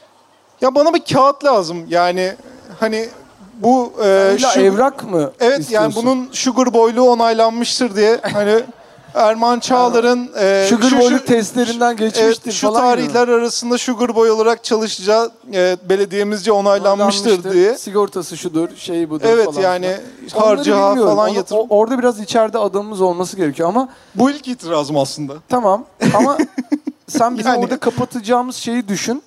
Ya bana bir kağıt lazım. Yani hani bu e, İlla şu- evrak mı evet istiyorsun? yani bunun sugar boyluğu onaylanmıştır diye hani Erman Çağlar'ın e, Sugar şu- boyluk şu- testlerinden geçmiştir evet, şu falan tarihler arasında sugar boy olarak çalışacağı e, belediyemizce onaylanmıştır Onaylanmıştır, diye. Sigortası şudur, şeyi budur Evet falan. yani filan. Onları harcı ha bilmiyorum. falan Onu- yatırım. o- orada biraz içeride adamımız olması gerekiyor ama Bu ilk itirazım aslında. tamam ama sen bizim Yani- orada kapatacağımız şeyi düşün.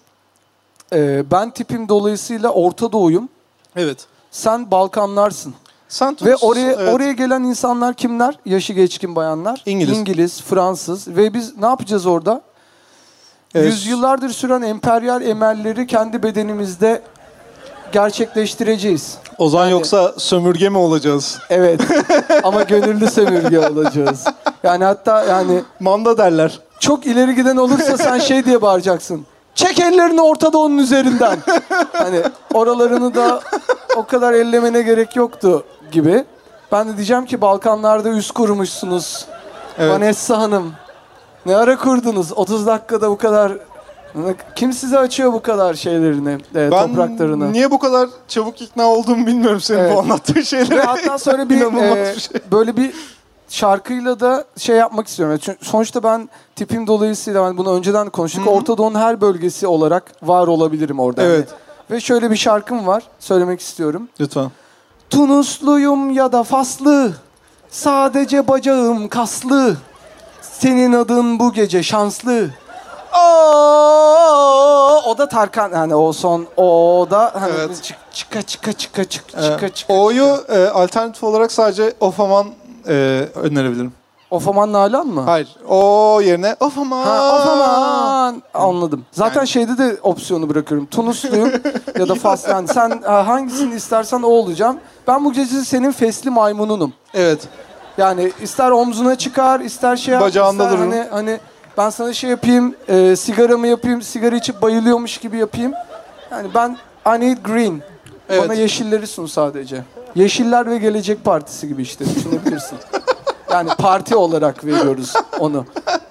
Ee, ben tipim dolayısıyla Orta Doğu'yum. Evet. Sen Balkanlarsın. Sen Ve Tunus'sun, oraya evet. oraya gelen insanlar kimler? Yaşı geçkin bayanlar. İngiliz. İngiliz, Fransız ve biz ne yapacağız orada? Evet. Yüzyıllardır süren emperyal emelleri kendi bedenimizde gerçekleştireceğiz. O zaman Yani- yoksa sömürge mi olacağız? Evet. Ama gönüllü sömürge olacağız. Yani hatta yani Manda derler. çok ileri giden olursa sen şey diye bağıracaksın. Çek ellerini Orta Doğu'nun üzerinden. Hani oralarını da o kadar ellemene gerek yoktu gibi. Ben de diyeceğim ki Balkanlarda üs kurmuşsunuz. Evet. Vanessa Hanım. Ne ara kurdunuz? otuz dakikada bu kadar... Kim size açıyor bu kadar şeylerini, e, Ben topraklarını? niye bu kadar çabuk ikna olduğumu bilmiyorum senin Evet. bu anlattığın şeylere. Ve hatta sonra bir, İnanılmaz e, bir şey. böyle bir şarkıyla da şey yapmak istiyorum. Çünkü sonuçta ben tipim dolayısıyla hani bunu önceden konuştuk. Hı hı. Orta Doğu'nun her bölgesi olarak var olabilirim orada. Evet. Ve şöyle bir şarkım var. Söylemek istiyorum. Lütfen. Tunusluyum ya da Faslı. Sadece bacağım kaslı. Senin adın bu gece şanslı. Oo, o da Tarkan hani o son o da hani Evet. çık, çıka çıka çıka çık, Ee, çıka çıka. O'yu e, alternatif olarak sadece of aman e, önerebilirim. Of aman Nalan mı? Hayır. O yerine of aman. Ha, of aman. Anladım. Zaten Yani- şeyde de opsiyonu bırakıyorum. Tunusluyum ya da Fas. Yani sen ha, hangisini istersen o olacağım. Ben bu gece senin fesli maymununum. Evet. Yani ister omzuna çıkar, ister şey yap, Bacağında ister durur. hani, hani ben sana şey yapayım, e, sigaramı yapayım, sigara içip bayılıyormuş gibi yapayım. Yani ben I need green. Evet. Bana yeşilleri sun sadece. Yeşiller ve Gelecek Partisi gibi işte düşünebilirsin. Yani parti olarak veriyoruz onu.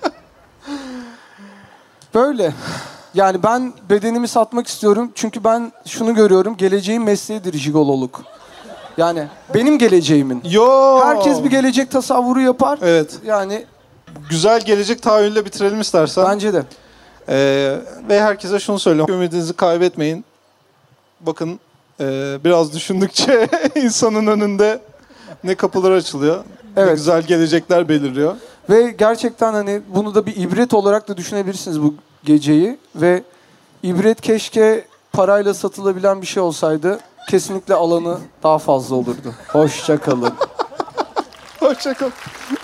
Böyle. Yani ben bedenimi satmak istiyorum. Çünkü ben şunu görüyorum. Geleceğin mesleğidir jigololuk. Yani benim geleceğimin. Yo. Herkes bir gelecek tasavvuru yapar. Evet. Yani Güzel gelecek tahayyülle bitirelim istersen. bence de. Ee, ve herkese şunu söylüyorum. Ümidinizi kaybetmeyin. Bakın e, biraz düşündükçe insanın önünde ne kapılar açılıyor. Ne Evet. güzel gelecekler beliriyor. Ve gerçekten hani bunu da bir ibret olarak da düşünebilirsiniz bu geceyi. Ve ibret keşke parayla satılabilen bir şey olsaydı. Kesinlikle alanı daha fazla olurdu. Hoşça kalın. Hoşçakalın.